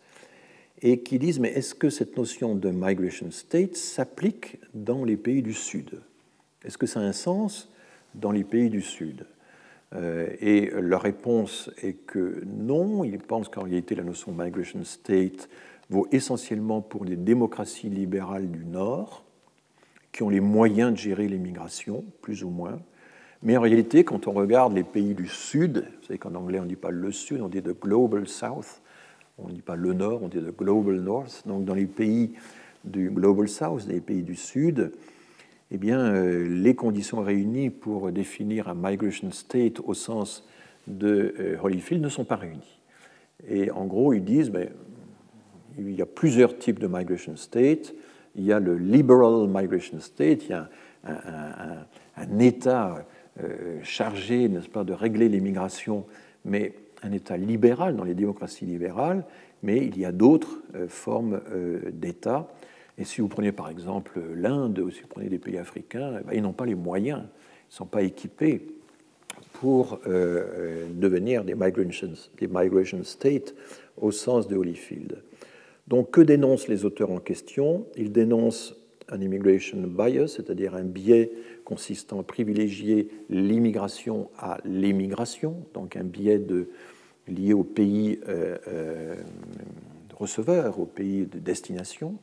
et qui disent, mais est-ce que cette notion de migration state s'applique dans les pays du Sud? Est-ce que ça a un sens dans les pays du Sud? euh, Et leur réponse est que non, ils pensent qu'en réalité la notion de migration state vaut essentiellement pour les démocraties libérales du Nord, qui ont les moyens de gérer les migrations, plus ou moins. Mais en réalité, quand on regarde les pays du Sud, vous savez qu'en anglais on ne dit pas le Sud, on dit the Global South, on ne dit pas le Nord, on dit the Global North. Donc dans les pays du Global South, les pays du Sud, eh bien, euh, les conditions réunies pour définir un migration state au sens de euh, Holyfield ne sont pas réunies. Et en gros, ils disent, ben, il y a plusieurs types de migration state. Il y a le liberal migration state, il y a un, un, un, un État Euh, chargé, n'est-ce pas, de régler les migrations, mais un État libéral dans les démocraties libérales, mais il y a d'autres euh, formes euh, d'État. Et si vous prenez par exemple l'Inde, ou si vous prenez des pays africains, eh bien, ils n'ont pas les moyens, ils ne sont pas équipés pour euh, devenir des migration, des migration states au sens de Holyfield. Donc que dénoncent les auteurs en question? Ils dénoncent un immigration bias, c'est-à-dire un biais consistant à privilégier l'immigration à l'émigration, donc un biais de, lié au pays euh, euh, receveur, au pays de destination.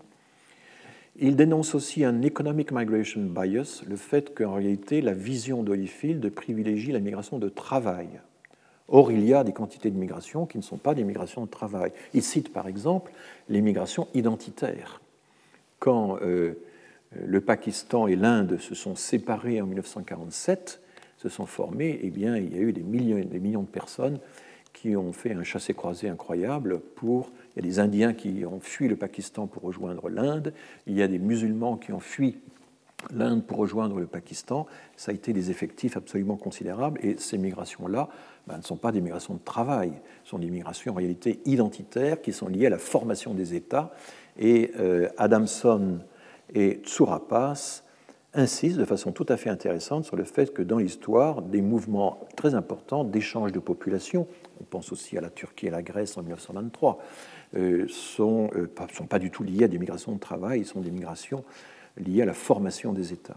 Il dénonce aussi un economic migration bias, le fait qu'en réalité la vision d'Holyfield privilégie la migration de travail. Or, il y a des quantités de migration qui ne sont pas des migrations de travail. Il cite par exemple les migrations identitaires. Quand euh, le Pakistan et l'Inde se sont séparés en mille neuf cent quarante-sept, se sont formés, eh bien, il y a eu des millions, des millions de personnes qui ont fait un chassé-croisé incroyable pour... Il y a des Indiens qui ont fui le Pakistan pour rejoindre l'Inde, il y a des musulmans qui ont fui l'Inde pour rejoindre le Pakistan. Ça a été des effectifs absolument considérables, et ces migrations-là ben, ne sont pas des migrations de travail, ce sont des migrations en réalité identitaires qui sont liées à la formation des États. Et euh, Adamson et Tsourapas insistent de façon tout à fait intéressante sur le fait que dans l'histoire, des mouvements très importants d'échange de population, on pense aussi à la Turquie et à la Grèce en mille neuf cent vingt-trois, euh, sont, euh, pas, sont pas du tout liés à des migrations de travail, ils sont des migrations liées à la formation des États.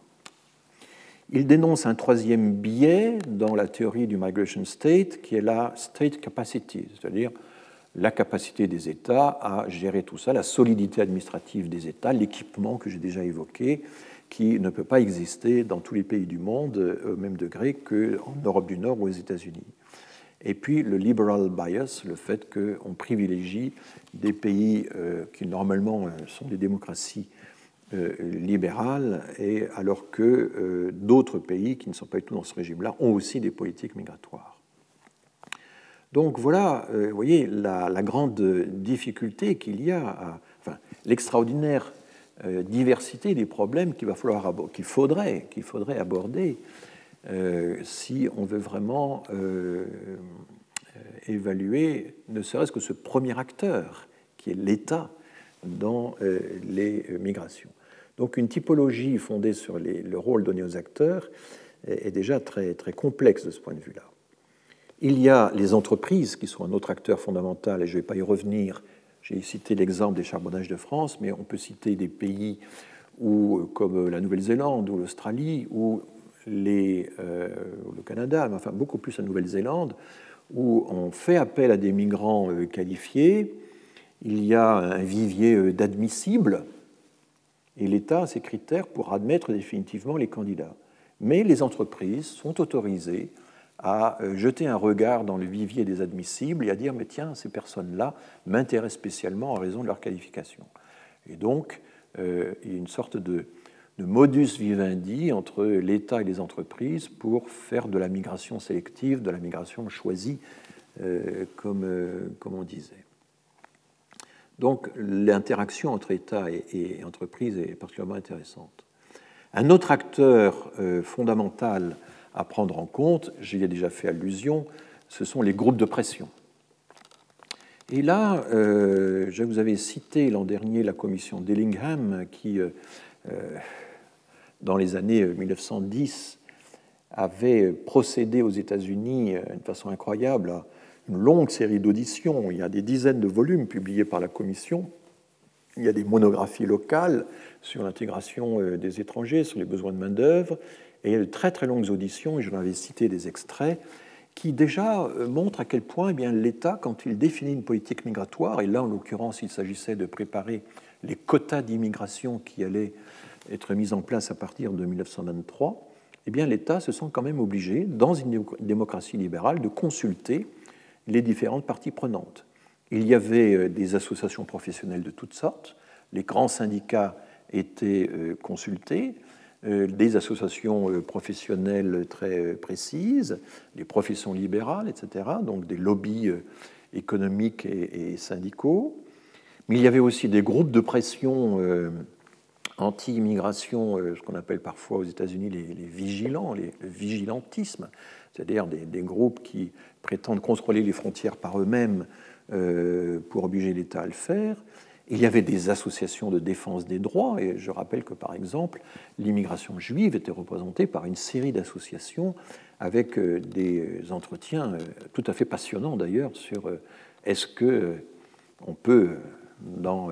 Il dénonce un troisième biais dans la théorie du migration state, qui est la state capacity, c'est-à-dire la capacité des États à gérer tout ça, la solidité administrative des États, l'équipement que j'ai déjà évoqué, qui ne peut pas exister dans tous les pays du monde au même degré qu'en Europe du Nord ou aux États-Unis. Et puis le liberal bias, le fait qu'on privilégie des pays euh, qui normalement sont des démocraties euh, libérales, et alors que euh, d'autres pays qui ne sont pas du tout dans ce régime-là ont aussi des politiques migratoires. Donc voilà, euh, vous voyez, la, la grande difficulté qu'il y a, à, enfin, l'extraordinaire euh, diversité des problèmes qu'il va falloir qu'il faudrait, qu'il faudrait aborder euh, si on veut vraiment euh, évaluer ne serait-ce que ce premier acteur, qui est l'État dans euh, les migrations. Donc une typologie fondée sur les, le rôle donné aux acteurs est, est déjà très, très complexe de ce point de vue-là. Il y a les entreprises qui sont un autre acteur fondamental, et je ne vais pas y revenir. J'ai cité l'exemple des charbonnages de France, mais on peut citer des pays où, comme la Nouvelle-Zélande ou l'Australie ou les, euh, le Canada, mais enfin beaucoup plus la Nouvelle-Zélande, où on fait appel à des migrants euh, qualifiés. Il y a un vivier d'admissibles, et l'État a ses critères pour admettre définitivement les candidats. Mais les entreprises sont autorisées à jeter un regard dans le vivier des admissibles et à dire « mais tiens, ces personnes-là m'intéressent spécialement en raison de leur qualification ». Et donc, euh, il y a une sorte de, de modus vivendi entre l'État et les entreprises pour faire de la migration sélective, de la migration choisie, euh, comme, euh, comme on disait. Donc, l'interaction entre État et, et entreprise est particulièrement intéressante. Un autre acteur euh, fondamental à prendre en compte, j'y ai déjà fait allusion, ce sont les groupes de pression. Et là, euh, je vous avais cité l'an dernier la commission Dillingham qui, euh, dans les années mille neuf cent dix, avait procédé aux États-Unis d'une façon incroyable à une longue série d'auditions. Il y a des dizaines de volumes publiés par la commission. Il y a des monographies locales sur l'intégration des étrangers, sur les besoins de main-d'œuvre. Et il y a de très très longues auditions, et je vous avais cité des extraits, qui déjà montrent à quel point eh bien, l'État, quand il définit une politique migratoire, et là en l'occurrence il s'agissait de préparer les quotas d'immigration qui allaient être mis en place à partir de mille neuf cent vingt-trois, eh bien l'État se sent quand même obligé, dans une démocratie libérale, de consulter les différentes parties prenantes. Il y avait des associations professionnelles de toutes sortes, les grands syndicats étaient consultés, des associations professionnelles très précises, les professions libérales, et cetera, donc des lobbies économiques et syndicaux. Mais il y avait aussi des groupes de pression anti-immigration, ce qu'on appelle parfois aux États-Unis les, les vigilants, les, le vigilantisme, c'est-à-dire des, des groupes qui prétendent contrôler les frontières par eux-mêmes euh, pour obliger l'État à le faire. Il y avait des associations de défense des droits, et je rappelle que, par exemple, l'immigration juive était représentée par une série d'associations avec des entretiens tout à fait passionnants, d'ailleurs, sur est-ce qu'on peut, dans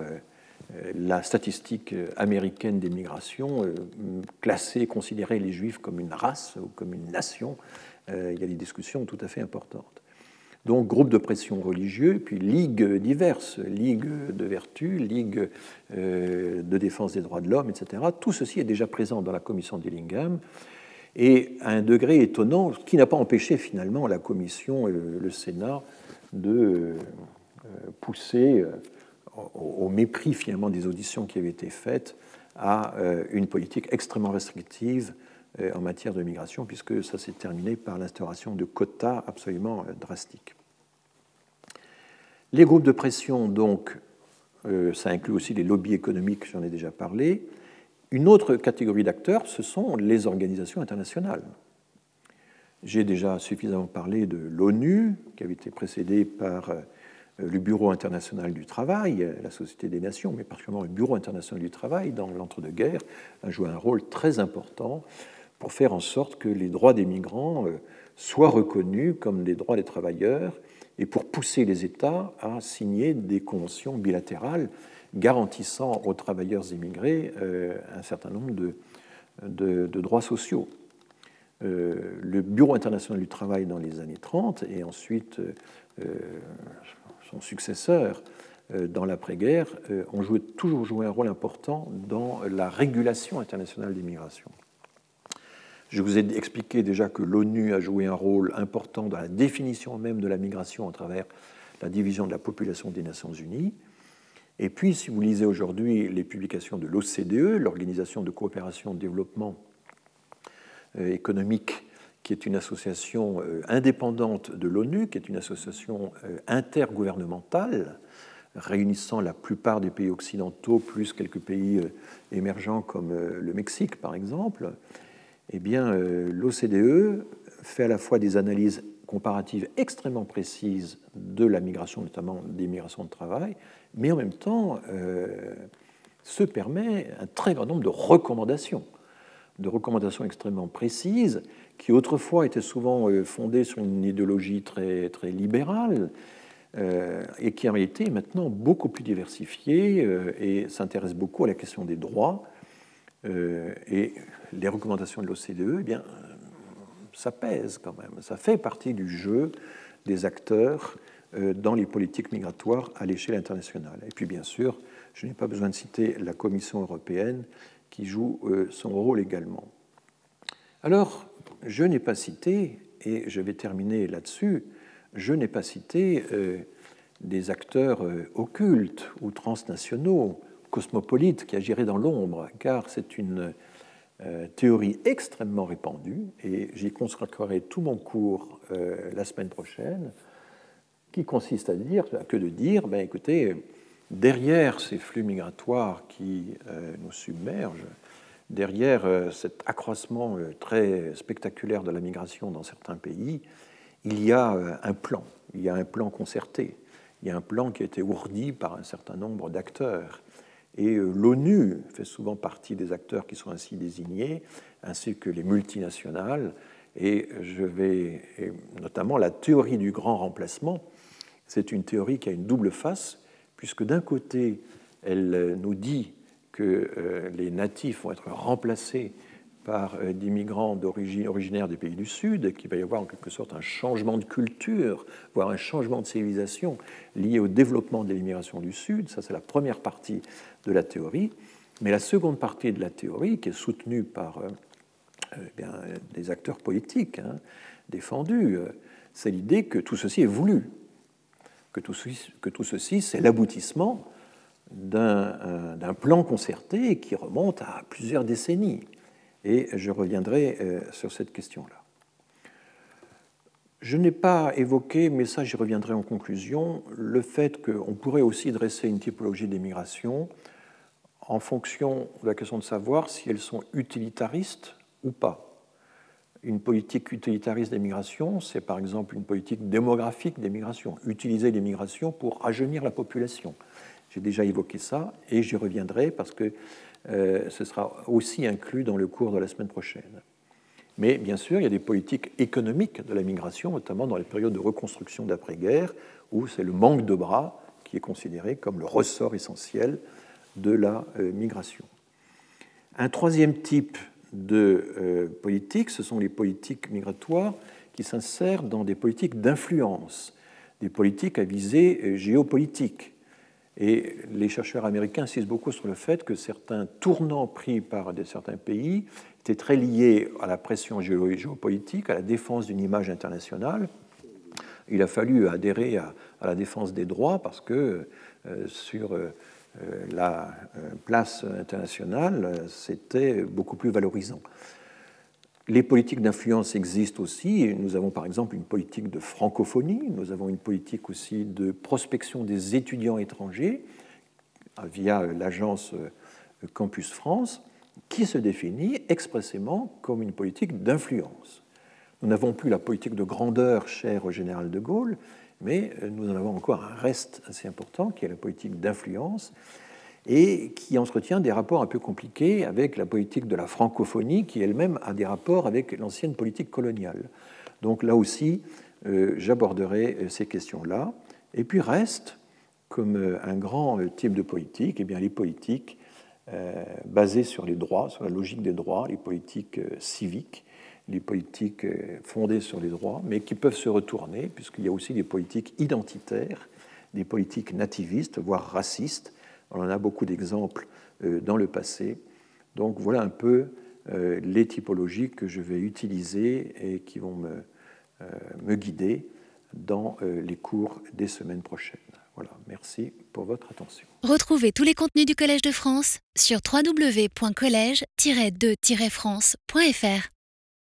la statistique américaine des migrations, classer, considérer les Juifs comme une race ou comme une nation. Il y a des discussions tout à fait importantes. Donc, groupe de pression religieux, puis ligues diverses, ligues de vertu, ligues de défense des droits de l'homme, et cetera. Tout ceci est déjà présent dans la commission Dillingham, et à un degré étonnant, ce qui n'a pas empêché finalement la commission et le, le Sénat de pousser, au mépris finalement des auditions qui avaient été faites, à une politique extrêmement restrictive en matière de migration, puisque ça s'est terminé par l'instauration de quotas absolument drastiques. Les groupes de pression, donc, ça inclut aussi les lobbies économiques, j'en ai déjà parlé. Une autre catégorie d'acteurs, ce sont les organisations internationales. J'ai déjà suffisamment parlé de l'ONU, qui avait été précédée par le Bureau international du travail, la Société des Nations, mais particulièrement le Bureau international du travail, dans l'entre-deux-guerres, a joué un rôle très important pour faire en sorte que les droits des migrants soient reconnus comme des droits des travailleurs et pour pousser les États à signer des conventions bilatérales garantissant aux travailleurs immigrés un certain nombre de, de, de droits sociaux. Le Bureau international du travail dans les années trente et ensuite son successeur dans l'après-guerre ont joué, toujours joué un rôle important dans la régulation internationale des migrations. Je vous ai expliqué déjà que l'ONU a joué un rôle important dans la définition même de la migration à travers la division de la population des Nations Unies. Et puis, si vous lisez aujourd'hui les publications de l'O C D E, l'Organisation de coopération et de développement économique, qui est une association indépendante de l'ONU, qui est une association intergouvernementale, réunissant la plupart des pays occidentaux, plus quelques pays émergents comme le Mexique, par exemple, eh bien, l'O C D E fait à la fois des analyses comparatives extrêmement précises de la migration, notamment des migrations de travail, mais en même temps euh, se permet un très grand nombre de recommandations, de recommandations extrêmement précises, qui autrefois étaient souvent fondées sur une idéologie très, très libérale, euh, et qui en réalité est maintenant beaucoup plus diversifiée euh, et s'intéresse beaucoup à la question des droits. Euh, et les recommandations de l'O C D E, eh bien, ça pèse quand même, ça fait partie du jeu des acteurs euh, dans les politiques migratoires à l'échelle internationale. Et puis bien sûr, je n'ai pas besoin de citer la Commission européenne qui joue euh, son rôle également. Alors, je n'ai pas cité, et je vais terminer là-dessus, je n'ai pas cité euh, des acteurs euh, occultes ou transnationaux, cosmopolites qui agiraient dans l'ombre, car c'est une euh, théorie extrêmement répandue, et j'y consacrerai tout mon cours euh, la semaine prochaine, qui consiste à dire, que de dire, ben, écoutez, derrière ces flux migratoires qui euh, nous submergent, derrière euh, cet accroissement euh, très spectaculaire de la migration dans certains pays, il y a euh, un plan, il y a un plan concerté, il y a un plan qui a été ourdi par un certain nombre d'acteurs. Et euh, l'ONU fait souvent partie des acteurs qui sont ainsi désignés, ainsi que les multinationales. Et je vais, et notamment la théorie du grand remplacement, c'est une théorie qui a une double face, puisque d'un côté, elle nous dit que euh, les natifs vont être remplacés par euh, des migrants d'origine originaires des pays du Sud, et qu'il va y avoir en quelque sorte un changement de culture, voire un changement de civilisation lié au développement de l'immigration du Sud. Ça, c'est la première partie de la théorie. Mais la seconde partie de la théorie, qui est soutenue par euh, euh, bien, des acteurs politiques hein, défendus, euh, c'est l'idée que tout ceci est voulu, que tout ceci, que tout ceci c'est l'aboutissement d'un, d'un plan concerté qui remonte à plusieurs décennies. Et je reviendrai euh, sur cette question-là. Je n'ai pas évoqué, mais ça j'y reviendrai en conclusion, le fait qu'on pourrait aussi dresser une typologie des migrations en fonction de la question de savoir si elles sont utilitaristes ou pas. Une politique utilitariste des migrations, c'est par exemple une politique démographique des migrations, utiliser les migrations pour rajeunir la population. J'ai déjà évoqué ça et j'y reviendrai parce que euh, ce sera aussi inclus dans le cours de la semaine prochaine. Mais bien sûr, il y a des politiques économiques de la migration, notamment dans les périodes de reconstruction d'après-guerre, où c'est le manque de bras qui est considéré comme le ressort essentiel de la euh, migration. Un troisième type de euh, politiques, ce sont les politiques migratoires qui s'insèrent dans des politiques d'influence, des politiques à visée euh, géopolitique. Et les chercheurs américains insistent beaucoup sur le fait que certains tournants pris par des, certains pays étaient très liés à la pression géopolitique, à la défense d'une image internationale. Il a fallu adhérer à, à la défense des droits parce que euh, sur euh, la place internationale, c'était beaucoup plus valorisant. Les politiques d'influence existent aussi. Nous avons par exemple une politique de francophonie, nous avons une politique aussi de prospection des étudiants étrangers via l'agence Campus France, qui se définit expressément comme une politique d'influence. Nous n'avons plus la politique de grandeur chère au général de Gaulle, mais nous en avons encore un reste assez important qui est la politique d'influence, et qui entretient des rapports un peu compliqués avec la politique de la francophonie, qui elle-même a des rapports avec l'ancienne politique coloniale. Donc là aussi, euh, j'aborderai ces questions-là. Et puis reste, comme un grand type de politique, eh bien, les politiques euh, basées sur les droits, sur la logique des droits, les politiques euh, civiques, les politiques euh, fondées sur les droits, mais qui peuvent se retourner, puisqu'il y a aussi des politiques identitaires, des politiques nativistes, voire racistes. On en a beaucoup d'exemples dans le passé. Donc voilà un peu les typologies que je vais utiliser et qui vont me, me guider dans les cours des semaines prochaines. Voilà, merci pour votre attention. Retrouvez tous les contenus du Collège de France sur w w w point collège tiret de tiret france point f r.